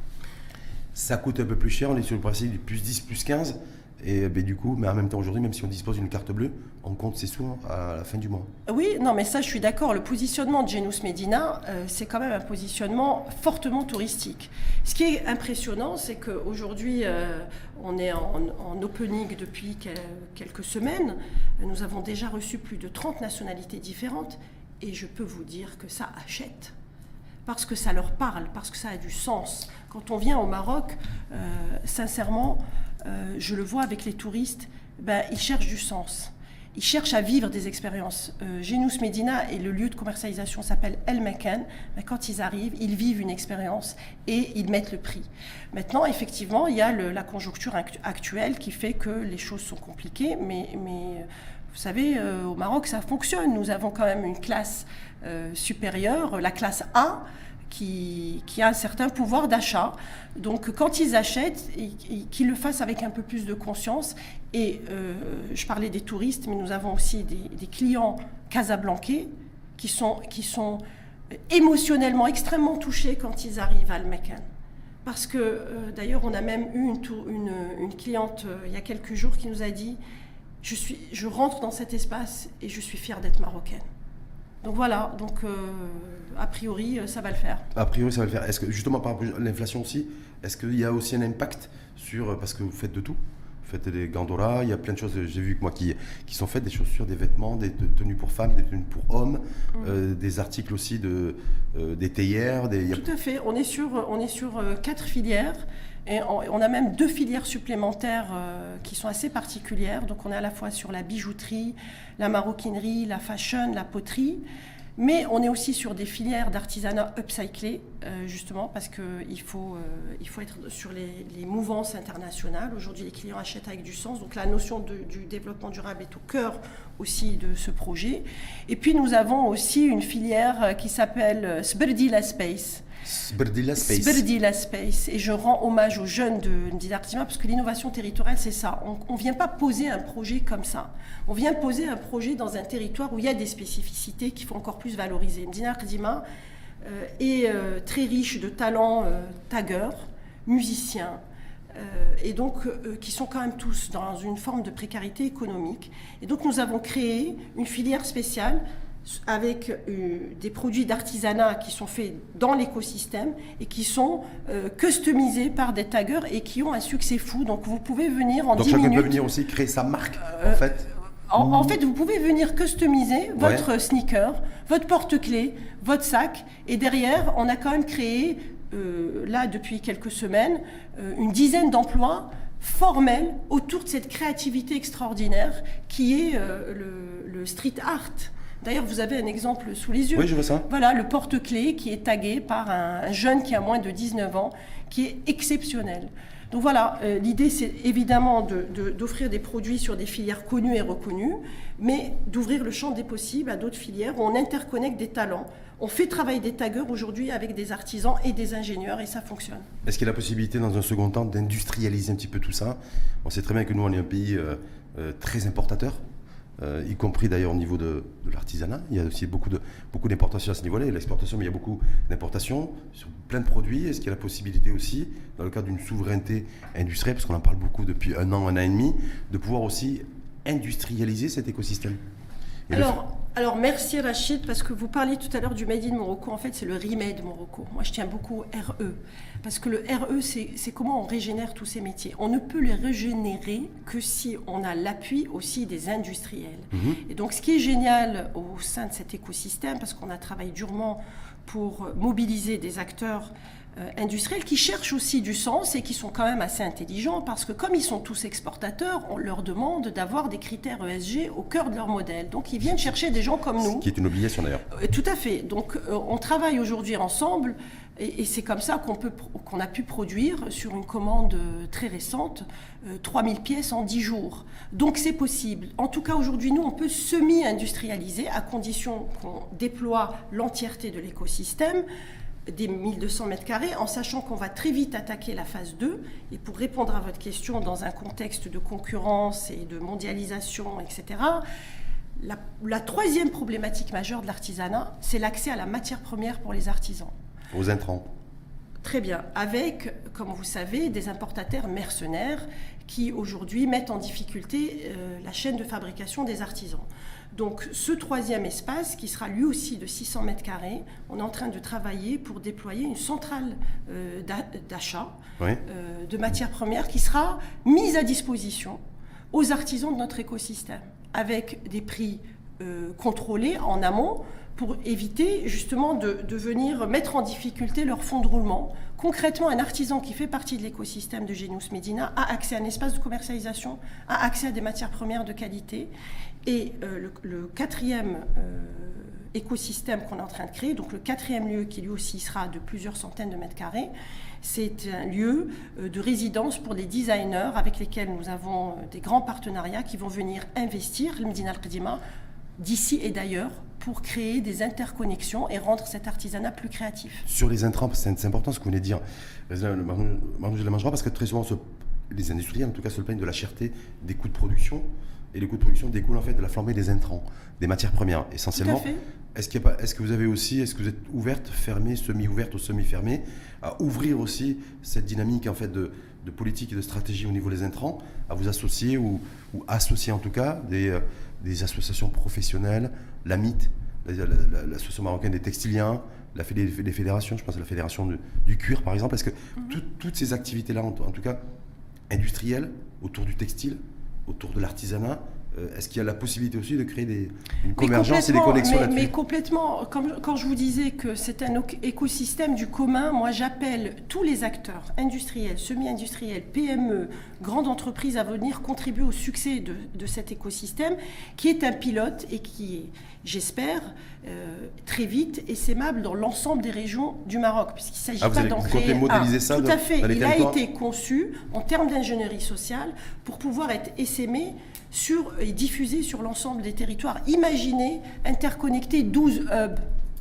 Speaker 1: ça coûte un peu plus cher, on est sur le principe du plus dix, plus quinze. Et ben, du coup, mais en même temps aujourd'hui, même si on dispose d'une carte bleue, on compte ses sous à la fin du mois.
Speaker 2: Oui, non, mais ça, je suis d'accord. Le positionnement de Genius Medina, euh, c'est quand même un positionnement fortement touristique. Ce qui est impressionnant, c'est qu'aujourd'hui, euh, on est en, en opening depuis quelques semaines. Nous avons déjà reçu plus de trente nationalités différentes. Et je peux vous dire que ça achète. Parce que ça leur parle, parce que ça a du sens. Quand on vient au Maroc, euh, sincèrement, euh, je le vois avec les touristes, ben, ils cherchent du sens. Ils cherchent à vivre des expériences. Euh, Genius Medina et le lieu de commercialisation s'appelle El Makan. Ben, quand ils arrivent, ils vivent une expérience et ils mettent le prix. Maintenant, effectivement, il y a le, la conjoncture actuelle qui fait que les choses sont compliquées, mais... mais vous savez, euh, au Maroc, ça fonctionne. Nous avons quand même une classe euh, supérieure, la classe A, qui, qui a un certain pouvoir d'achat. Donc, quand ils achètent, et, et, qu'ils le fassent avec un peu plus de conscience. Et euh, je parlais des touristes, mais nous avons aussi des, des clients casablancais qui sont, qui sont émotionnellement extrêmement touchés quand ils arrivent à Al Makan. Parce que, euh, d'ailleurs, on a même eu une, une, une cliente euh, il y a quelques jours qui nous a dit... Je, suis, je rentre dans cet espace et je suis fière d'être marocaine. Donc voilà, donc euh, a priori, ça va le faire.
Speaker 1: A priori, ça va le faire. Est-ce que, justement, par rapport à l'inflation aussi, est-ce qu'il y a aussi un impact sur, parce que vous faites de tout, vous faites des gandoras, il y a plein de choses, j'ai vu que moi, qui, qui sont faites, des chaussures, des vêtements, des tenues pour femmes, des tenues pour hommes, mmh. euh, des articles aussi, de, euh, des théières. Des...
Speaker 2: Tout à fait, on est sur, on est sur euh, quatre filières. Et on a même deux filières supplémentaires euh, qui sont assez particulières. Donc on est à la fois sur la bijouterie, la maroquinerie, la fashion, la poterie. Mais on est aussi sur des filières d'artisanat upcyclé, euh, justement parce qu'il faut, euh, il faut être sur les, les mouvances internationales. Aujourd'hui, les clients achètent avec du sens. Donc la notion de, du développement durable est au cœur aussi de ce projet. Et puis nous avons aussi une filière qui s'appelle Sberdila Space.
Speaker 1: Sberdila Space.
Speaker 2: Sberdila Space. Et je rends hommage aux jeunes de Medina Qadima parce que l'innovation territoriale, c'est ça. On ne vient pas poser un projet comme ça. On vient poser un projet dans un territoire où il y a des spécificités qu'il faut encore plus valoriser. Medina Qadima euh, est euh, très riche de talents euh, taggeurs, musiciens, euh, et donc euh, qui sont quand même tous dans une forme de précarité économique. Et donc nous avons créé une filière spéciale avec euh, des produits d'artisanat qui sont faits dans l'écosystème et qui sont euh, customisés par des taggers et qui ont un succès fou. Donc vous pouvez venir en
Speaker 1: Donc
Speaker 2: dix minutes.
Speaker 1: Donc chacun peut venir aussi créer sa marque,
Speaker 2: euh,
Speaker 1: en fait.
Speaker 2: En, en fait, vous pouvez venir customiser votre
Speaker 1: ouais.
Speaker 2: sneaker, votre porte-clés, votre sac. Et derrière, on a quand même créé, euh, là, depuis quelques semaines, euh, une dizaine d'emplois formels autour de cette créativité extraordinaire qui est euh, le, le street art. D'ailleurs, vous avez un exemple sous les yeux.
Speaker 1: Oui, je vois ça.
Speaker 2: Voilà, le porte-clés qui est tagué par un, un jeune qui a moins de dix-neuf ans, qui est exceptionnel. Donc voilà, euh, l'idée, c'est évidemment de, de, d'offrir des produits sur des filières connues et reconnues, mais d'ouvrir le champ des possibles à d'autres filières où on interconnecte des talents. On fait travailler des taggers aujourd'hui avec des artisans et des ingénieurs et ça fonctionne.
Speaker 1: Est-ce qu'il y a la possibilité, dans un second temps, d'industrialiser un petit peu tout ça? On sait très bien que nous, on est un pays euh, euh, très importateur. Euh, y compris d'ailleurs au niveau de, de l'artisanat. Il y a aussi beaucoup, de, beaucoup d'importations à ce niveau-là, et l'exportation, mais il y a beaucoup d'importations sur plein de produits. Est-ce qu'il y a la possibilité aussi, dans le cadre d'une souveraineté industrielle, parce qu'on en parle beaucoup depuis un an, un an et demi, de pouvoir aussi industrialiser cet écosystème? Et
Speaker 2: Alors, Alors merci Rachid, parce que vous parliez tout à l'heure du Made in Morocco. En fait, c'est le Remade Morocco. Moi, je tiens beaucoup au R E. Parce que le R E, c'est, c'est comment on régénère tous ces métiers. On ne peut les régénérer que si on a l'appui aussi des industriels. Mmh. Et donc, ce qui est génial au sein de cet écosystème, parce qu'on a travaillé durement pour mobiliser des acteurs Euh, industriels qui cherchent aussi du sens et qui sont quand même assez intelligents, parce que comme ils sont tous exportateurs, on leur demande d'avoir des critères E S G au cœur de leur modèle. Donc ils viennent chercher des gens comme nous.
Speaker 1: Ce qui est une obligation d'ailleurs.
Speaker 2: Euh, tout à fait. Donc euh, on travaille aujourd'hui ensemble et, et c'est comme ça qu'on, peut, qu'on a pu produire sur une commande très récente euh, trois mille pièces en dix jours. Donc c'est possible. En tout cas aujourd'hui, nous on peut semi-industrialiser à condition qu'on déploie l'entièreté de l'écosystème des mille deux cents mètres carrés, en sachant qu'on va très vite attaquer la phase deux. Et pour répondre à votre question, dans un contexte de concurrence et de mondialisation, et cetera, la, la troisième problématique majeure de l'artisanat, c'est l'accès à la matière première pour les artisans.
Speaker 1: Aux intrants.
Speaker 2: Très bien, avec, comme vous savez, des importateurs mercenaires qui aujourd'hui mettent en difficulté euh, la chaîne de fabrication des artisans. Donc ce troisième espace, qui sera lui aussi de six cents mètres carrés, on est en train de travailler pour déployer une centrale euh, d'achat oui. euh, de matières premières qui sera mise à disposition aux artisans de notre écosystème, avec des prix euh, contrôlés en amont, pour éviter justement de, de venir mettre en difficulté leur fonds de roulement. Concrètement, un artisan qui fait partie de l'écosystème de Genius Medina a accès à un espace de commercialisation, a accès à des matières premières de qualité. Et euh, le, le quatrième euh, écosystème qu'on est en train de créer, donc le quatrième lieu qui lui aussi sera de plusieurs centaines de mètres carrés, c'est un lieu euh, de résidence pour des designers avec lesquels nous avons euh, des grands partenariats qui vont venir investir, le Medina Al-Qadima, d'ici et d'ailleurs, pour créer des interconnexions et rendre cet artisanat plus créatif.
Speaker 1: Sur les intrants, c'est important ce que vous venez de dire, Manouche de la Mangera, parce que très souvent, se, les industriels en tout cas se plaignent de la cherté des coûts de production, et les coûts de production découlent en fait de la flambée des intrants, des matières premières essentiellement.
Speaker 2: Tout à fait.
Speaker 1: Est-ce, qu'il y a pas, est-ce que vous avez aussi, est-ce que vous êtes ouverte, fermée, semi-ouverte ou semi-fermée, à ouvrir aussi cette dynamique en fait de, de politique et de stratégie au niveau des intrants, à vous associer ou, ou associer en tout cas des, des associations professionnelles, l'A M I T, la, la, la, l'association marocaine des textiliens, la fédé, les fédérations, je pense à la fédération de, du cuir par exemple. Est-ce que mm-hmm. tout, toutes ces activités-là, en, en tout cas industrielles, autour du textile, autour de l'artisanat, euh, est-ce qu'il y a la possibilité aussi de créer des, une convergence et des connexions
Speaker 2: mais,
Speaker 1: là-dessus ?
Speaker 2: Mais complètement, comme, quand je vous disais que c'est un écosystème du commun, moi j'appelle tous les acteurs industriels, semi-industriels, P M E, grandes entreprises à venir contribuer au succès de, de cet écosystème qui est un pilote et qui est, j'espère, euh, très vite essaimable dans l'ensemble des régions du Maroc, puisqu'il ne s'agit
Speaker 1: ah,
Speaker 2: pas
Speaker 1: vous
Speaker 2: d'en
Speaker 1: créer
Speaker 2: créer
Speaker 1: modéliser
Speaker 2: un.
Speaker 1: Ça
Speaker 2: Tout
Speaker 1: dans,
Speaker 2: à fait,
Speaker 1: dans les
Speaker 2: il
Speaker 1: territoires.
Speaker 2: a été conçu en termes d'ingénierie sociale pour pouvoir être essaimé sur, et diffusé sur l'ensemble des territoires. Imaginez interconnecter douze hubs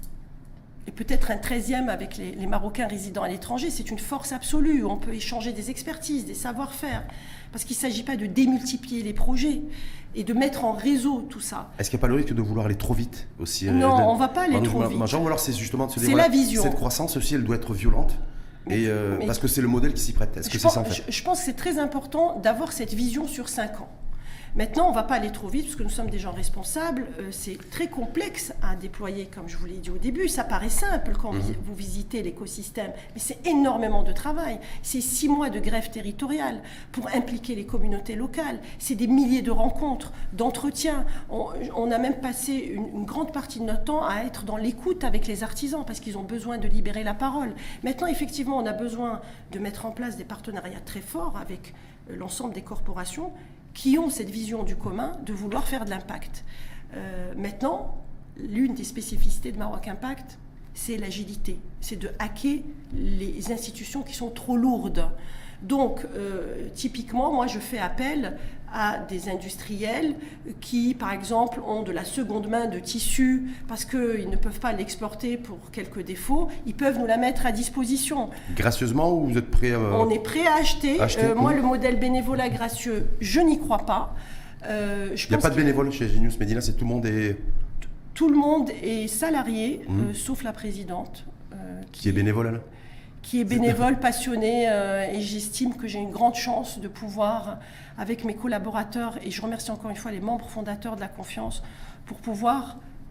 Speaker 2: et peut-être un treizième avec les, les Marocains résidant à l'étranger. C'est une force absolue. On peut échanger des expertises, des savoir-faire, parce qu'il ne s'agit pas de démultiplier les projets et de mettre en réseau tout ça.
Speaker 1: Est-ce qu'il n'y a pas le risque de vouloir aller trop vite aussi ?
Speaker 2: Non,
Speaker 1: euh,
Speaker 2: on ne va pas aller trop
Speaker 1: ma,
Speaker 2: vite.
Speaker 1: Ma, ou alors c'est justement de se dire,
Speaker 2: c'est
Speaker 1: voilà,
Speaker 2: la vision.
Speaker 1: Cette croissance aussi, elle doit être violente.
Speaker 2: Mais,
Speaker 1: et euh,
Speaker 2: mais,
Speaker 1: parce que c'est le modèle qui s'y prête. Est-ce que c'est
Speaker 2: pense,
Speaker 1: ça en fait ?
Speaker 2: je, je pense que c'est très important d'avoir cette vision sur cinq ans. Maintenant, on ne va pas aller trop vite parce que nous sommes des gens responsables. Euh, c'est très complexe à déployer, comme je vous l'ai dit au début. Ça paraît simple quand mmh. vous, vous visitez l'écosystème, mais c'est énormément de travail. C'est six mois de greffe territoriale pour impliquer les communautés locales. C'est des milliers de rencontres, d'entretiens. On, on a même passé une, une grande partie de notre temps à être dans l'écoute avec les artisans parce qu'ils ont besoin de libérer la parole. Maintenant, effectivement, on a besoin de mettre en place des partenariats très forts avec euh, l'ensemble des corporations qui ont cette vision du commun de vouloir faire de l'impact. Euh, maintenant, l'une des spécificités de Maroc Impact, c'est l'agilité, c'est de hacker les institutions qui sont trop lourdes. Donc, euh, typiquement, moi, je fais appel à des industriels qui, par exemple, ont de la seconde main de tissu parce qu'ils ne peuvent pas l'exporter pour quelques défauts. Ils peuvent nous la mettre à disposition.
Speaker 1: Gracieusement ou vous êtes prêt à...
Speaker 2: On est prêt à acheter.
Speaker 1: acheter
Speaker 2: euh, moi, le modèle bénévolat gracieux, je n'y crois pas. Euh, je
Speaker 1: Il n'y a pas de bénévole chez Genius Medina, c'est tout le monde est...
Speaker 2: Tout le monde est salarié, mmh. euh, sauf la présidente.
Speaker 1: Euh, qui, qui est bénévole, là
Speaker 2: qui est bénévole, passionné, euh, et j'estime que j'ai une grande chance de pouvoir, avec mes collaborateurs, et je remercie encore une fois les membres fondateurs de la Confiance, pour pouvoir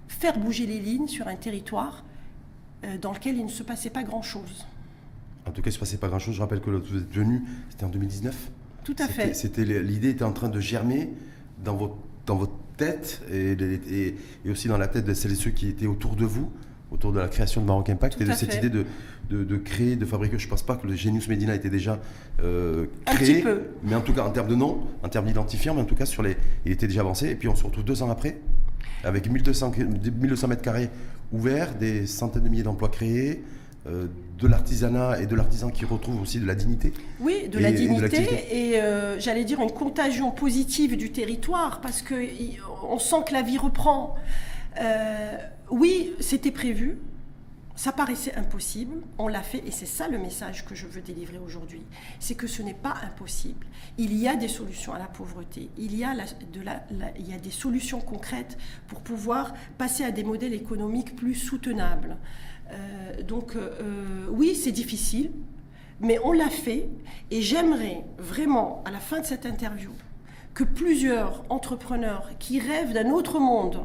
Speaker 2: faire bouger les lignes sur un territoire euh, dans lequel il ne se passait pas grand-chose.
Speaker 1: En tout cas, il ne se passait pas grand-chose. Je rappelle que vous êtes venu, c'était en deux mille dix-neuf.
Speaker 2: Tout à fait.
Speaker 1: C'était, l'idée était en train de germer dans votre, dans votre tête et, et, et aussi dans la tête de celles et ceux qui étaient autour de vous, autour de la création de Maroc Impact. Tout et de cette fait. idée de, de, de créer, de fabriquer. Je ne pense pas que le Genius Medina était déjà euh, créé.
Speaker 2: Un petit peu.
Speaker 1: Mais en tout cas, en termes de nom, en termes d'identifiant, mais en tout cas, sur les, il était déjà avancé. Et puis, on se retrouve deux ans après, avec mille deux cents mètres carrés ouverts, des centaines de milliers d'emplois créés, euh, de l'artisanat et de l'artisan qui retrouve aussi de la dignité.
Speaker 2: Oui, de
Speaker 1: et,
Speaker 2: la dignité
Speaker 1: et,
Speaker 2: et euh, j'allais dire une contagion positive du territoire parce qu'on sent que la vie reprend. Euh, oui, c'était prévu, ça paraissait impossible, on l'a fait et c'est ça le message que je veux délivrer aujourd'hui. C'est que ce n'est pas impossible. Il y a des solutions à la pauvreté, il y a, la, de la, la, il y a des solutions concrètes pour pouvoir passer à des modèles économiques plus soutenables. Euh, donc euh, oui, c'est difficile, mais on l'a fait et j'aimerais vraiment, à la fin de cette interview, que plusieurs entrepreneurs qui rêvent d'un autre monde,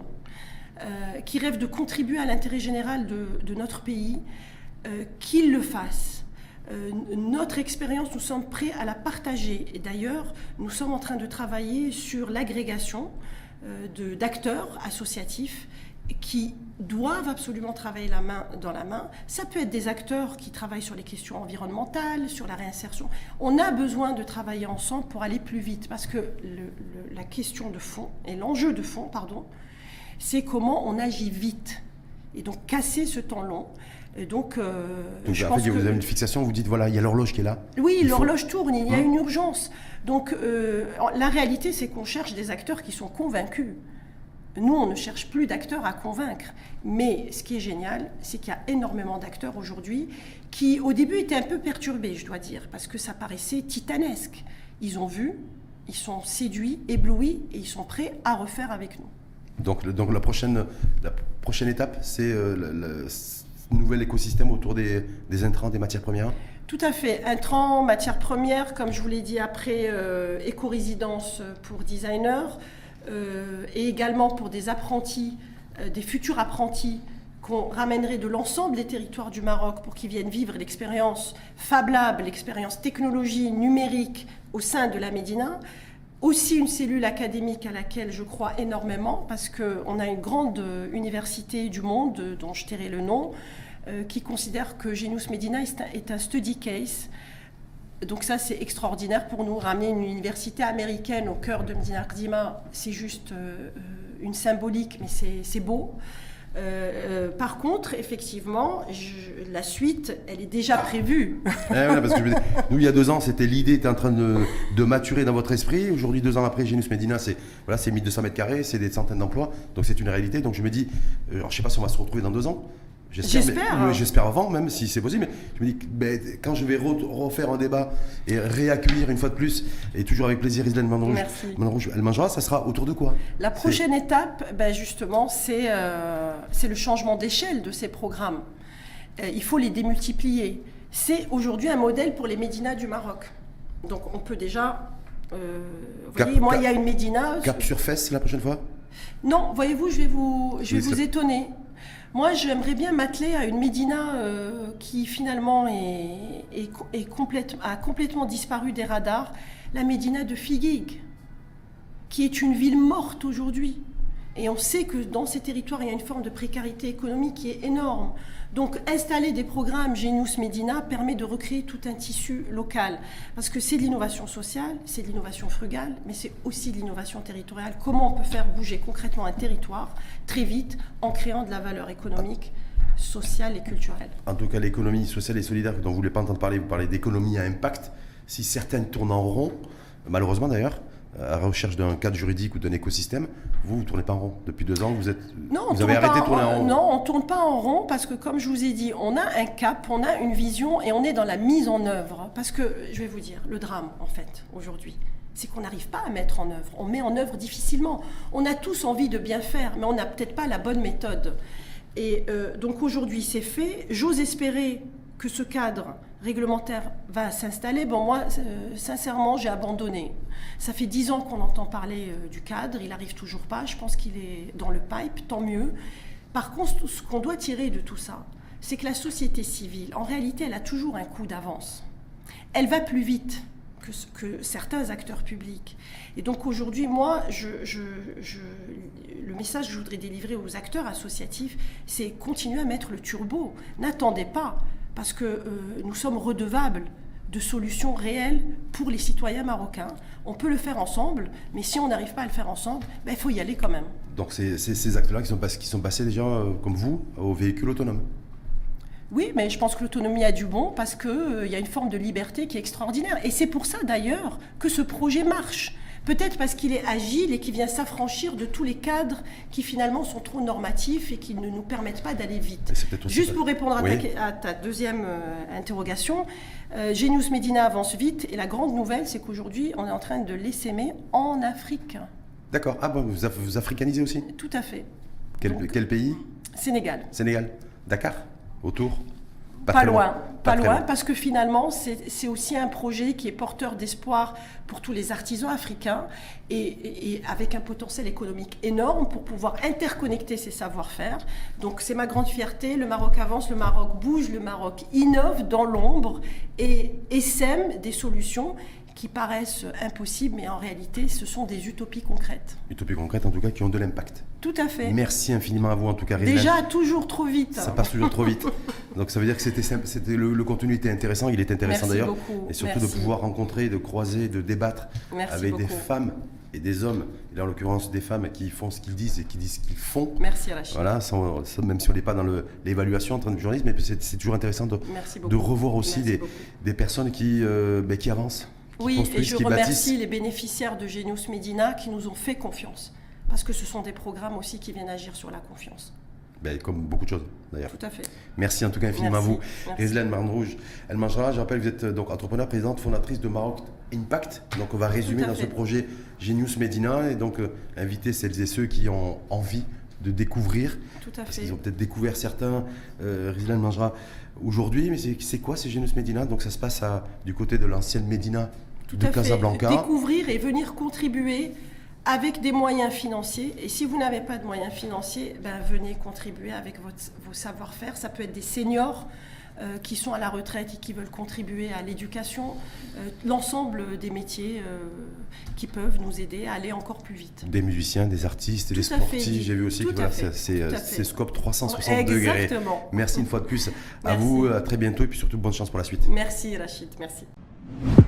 Speaker 2: euh, qui rêvent de contribuer à l'intérêt général de, de notre pays, euh, qu'ils le fassent. Euh, notre expérience, nous sommes prêts à la partager. Et d'ailleurs, nous sommes en train de travailler sur l'agrégation euh, de, d'acteurs associatifs qui doivent absolument travailler la main dans la main. Ça peut être des acteurs qui travaillent sur les questions environnementales, sur la réinsertion. On a besoin de travailler ensemble pour aller plus vite parce que le, le, la question de fond, et l'enjeu de fond, pardon, c'est comment on agit vite. Et donc casser ce temps long. Et donc, euh,
Speaker 1: donc
Speaker 2: je
Speaker 1: en
Speaker 2: pense
Speaker 1: fait,
Speaker 2: que...
Speaker 1: vous avez une fixation, vous dites, voilà, il y a l'horloge qui est là.
Speaker 2: Oui,
Speaker 1: il
Speaker 2: l'horloge
Speaker 1: faut...
Speaker 2: tourne, il y a
Speaker 1: hein
Speaker 2: une urgence. Donc, euh, la réalité, c'est qu'on cherche des acteurs qui sont convaincus. Nous, on ne cherche plus d'acteurs à convaincre. Mais ce qui est génial, c'est qu'il y a énormément d'acteurs aujourd'hui qui, au début, étaient un peu perturbés, je dois dire, parce que ça paraissait titanesque. Ils ont vu, ils sont séduits, éblouis, et ils sont prêts à refaire avec nous.
Speaker 1: Donc, le, donc la, prochaine, la prochaine étape, c'est euh, le, le nouvel écosystème autour des, des intrants, des matières premières.
Speaker 2: Tout à fait. Intrants, matières premières, comme je vous l'ai dit après, euh, éco-résidence pour designers, euh, et également pour des apprentis, euh, des futurs apprentis qu'on ramènerait de l'ensemble des territoires du Maroc pour qu'ils viennent vivre l'expérience Fab Lab, l'expérience technologie numérique au sein de la Médina. Aussi une cellule académique à laquelle je crois énormément parce qu'on a une grande université du monde, dont je tairai le nom, euh, qui considère que Genius Medina est un, est un study case. Donc ça, c'est extraordinaire pour nous. Ramener une université américaine au cœur de Medina Gdima, c'est juste euh, une symbolique, mais c'est, c'est beau. Euh, euh, par contre, effectivement, je, la suite, elle est déjà prévue.
Speaker 1: Eh ouais, parce que je, nous, il y a deux ans, c'était l'idée était en train de, de maturer dans votre esprit. Aujourd'hui, deux ans après, Genius Medina, c'est voilà, c'est mille deux cents mètres carrés, c'est des centaines d'emplois, donc c'est une réalité. Donc je me dis, euh, alors, je sais pas si on va se retrouver dans deux ans.
Speaker 2: J'espère.
Speaker 1: J'espère, mais, j'espère avant, même si c'est possible. Mais je me dis, ben, quand je vais re- refaire un débat et réaccueillir une fois de plus, et toujours avec plaisir, Rislaine Manrouche, El Manjra, ça sera autour de quoi?
Speaker 2: La prochaine c'est... étape, ben justement, c'est, euh, c'est le changement d'échelle de ces programmes. Euh, il faut les démultiplier. C'est aujourd'hui un modèle pour les médinas du Maroc. Donc on peut déjà... Euh, vous
Speaker 1: cap,
Speaker 2: voyez, moi,
Speaker 1: cap,
Speaker 2: il y a une médina...
Speaker 1: Cap sur fesse la prochaine fois?
Speaker 2: Non, voyez-vous, je vais vous, je vais
Speaker 1: oui,
Speaker 2: vous étonner. Moi, j'aimerais bien m'atteler à une médina euh, qui finalement est, est, est complète, a complètement disparu des radars, la médina de Figuig, qui est une ville morte aujourd'hui. Et on sait que dans ces territoires, il y a une forme de précarité économique qui est énorme. Donc, installer des programmes Genius Medina permet de recréer tout un tissu local. Parce que c'est de l'innovation sociale, c'est de l'innovation frugale, mais c'est aussi de l'innovation territoriale. Comment on peut faire bouger concrètement un territoire très vite en créant de la valeur économique, sociale et culturelle.
Speaker 1: En tout cas, l'économie sociale et solidaire dont vous ne voulez pas entendre parler, vous parlez d'économie à impact. Si certaines tournent en rond, malheureusement d'ailleurs, à la recherche d'un cadre juridique ou d'un écosystème, vous, vous ne tournez pas en rond. Depuis deux ans, vous, êtes,
Speaker 2: non,
Speaker 1: vous avez arrêté de tourner en,
Speaker 2: en
Speaker 1: rond.
Speaker 2: Non, on ne tourne pas en rond parce que, comme je vous ai dit, on a un cap, on a une vision et on est dans la mise en œuvre. Parce que, je vais vous dire, le drame, en fait, aujourd'hui, c'est qu'on n'arrive pas à mettre en œuvre. On met en œuvre difficilement. On a tous envie de bien faire, mais on n'a peut-être pas la bonne méthode. Et euh, donc, aujourd'hui, c'est fait. J'ose espérer que ce cadre réglementaire va s'installer. Bon, moi, euh, sincèrement, j'ai abandonné. Ça fait dix ans qu'on entend parler euh, du cadre, il n'arrive toujours pas. Je pense qu'il est dans le pipe, tant mieux. Par contre, ce qu'on doit tirer de tout ça, c'est que la société civile, en réalité, elle a toujours un coup d'avance. Elle va plus vite que, que certains acteurs publics. Et donc aujourd'hui, moi, je, je, je, le message que je voudrais délivrer aux acteurs associatifs, c'est continuer à mettre le turbo. N'attendez pas, parce que euh, nous sommes redevables de solutions réelles pour les citoyens marocains. On peut le faire ensemble, mais si on n'arrive pas à le faire ensemble, ben, il faut y aller quand même.
Speaker 1: Donc c'est ces actes-là qui sont, qui sont passés déjà, euh, comme vous, aux véhicules autonomes.
Speaker 2: Oui, mais je pense que l'autonomie a du bon parce qu'il euh, y a une forme de liberté qui est extraordinaire. Et c'est pour ça d'ailleurs que ce projet marche. Peut-être parce qu'il est agile et qu'il vient s'affranchir de tous les cadres qui finalement sont trop normatifs et qui ne nous permettent pas d'aller vite. Juste pour répondre à, oui. ta, à ta deuxième euh, interrogation, euh, Genius Medina avance vite et la grande nouvelle, c'est qu'aujourd'hui, on est en train de l'essaimer en Afrique.
Speaker 1: D'accord. Ah bon, vous, vous africanisez aussi?
Speaker 2: Tout à fait.
Speaker 1: Quel, Donc, quel pays?
Speaker 2: Sénégal.
Speaker 1: Sénégal. Dakar? Autour?
Speaker 2: Pas, pas loin, loin, pas, pas loin, loin, parce que finalement, c'est aussi un projet qui est porteur d'espoir pour tous les artisans africains et, et, et avec un potentiel économique énorme pour pouvoir interconnecter ces savoir-faire. Donc c'est ma grande fierté, le Maroc avance, le Maroc bouge, le Maroc innove dans l'ombre et essaime des solutions qui paraissent impossibles, mais en réalité, ce sont des utopies concrètes.
Speaker 1: Utopies concrètes, en tout cas, qui ont de l'impact.
Speaker 2: Tout à fait.
Speaker 1: Merci infiniment à vous, en tout cas, Rizlan.
Speaker 2: Déjà, toujours trop vite.
Speaker 1: Ça passe toujours trop vite. Donc, ça veut dire que c'était simple, c'était le, le contenu était intéressant, il est intéressant d'ailleurs. Et surtout
Speaker 2: Merci.
Speaker 1: de pouvoir rencontrer, de croiser, de débattre
Speaker 2: Merci
Speaker 1: avec
Speaker 2: beaucoup.
Speaker 1: des femmes et des hommes, et en l'occurrence des femmes qui font ce qu'ils disent et qui disent ce qu'ils font.
Speaker 2: Merci Rachid.
Speaker 1: Voilà, sans, sans, même si on n'est pas dans l'évaluation en train de journalisme, mais c'est toujours intéressant de, de revoir aussi des, des personnes qui, euh, ben, qui avancent.
Speaker 2: Oui, et je remercie les bénéficiaires de Genius Medina qui nous ont fait confiance. Parce que ce sont des programmes aussi qui viennent agir sur la confiance.
Speaker 1: Ben, comme beaucoup de choses, d'ailleurs.
Speaker 2: Tout à fait.
Speaker 1: Merci en tout cas infiniment
Speaker 2: Merci.
Speaker 1: à vous.
Speaker 2: Merci.
Speaker 1: Rizlan Marnrouj El Manjra, je rappelle, vous êtes donc entrepreneur, présidente, fondatrice de Maroc Impact. Donc on va résumer dans
Speaker 2: fait.
Speaker 1: ce projet Genius Medina et donc euh, inviter celles et ceux qui ont envie de découvrir.
Speaker 2: Tout à fait.
Speaker 1: Parce qu'ils ont peut-être découvert certains, euh, Rizlan Manjra, aujourd'hui. Mais c'est quoi ces Genius Medina? Donc ça se passe à, du côté de l'ancienne Médina de Casablanca.
Speaker 2: Découvrir et venir contribuer avec des moyens financiers. Et si vous n'avez pas de moyens financiers, ben venez contribuer avec votre, vos savoir-faire. Ça peut être des seniors euh, qui sont à la retraite et qui veulent contribuer à l'éducation. Euh, L'ensemble des métiers euh, qui peuvent nous aider à aller encore plus vite.
Speaker 1: Des musiciens, des artistes, des sportifs. J'ai vu aussi
Speaker 2: Tout
Speaker 1: que voilà, c'est scope trois cent soixante
Speaker 2: Exactement.
Speaker 1: degrés. Merci une fois de plus.
Speaker 2: Merci.
Speaker 1: À vous, à très bientôt et puis surtout bonne chance pour la suite.
Speaker 2: Merci Rachid, merci.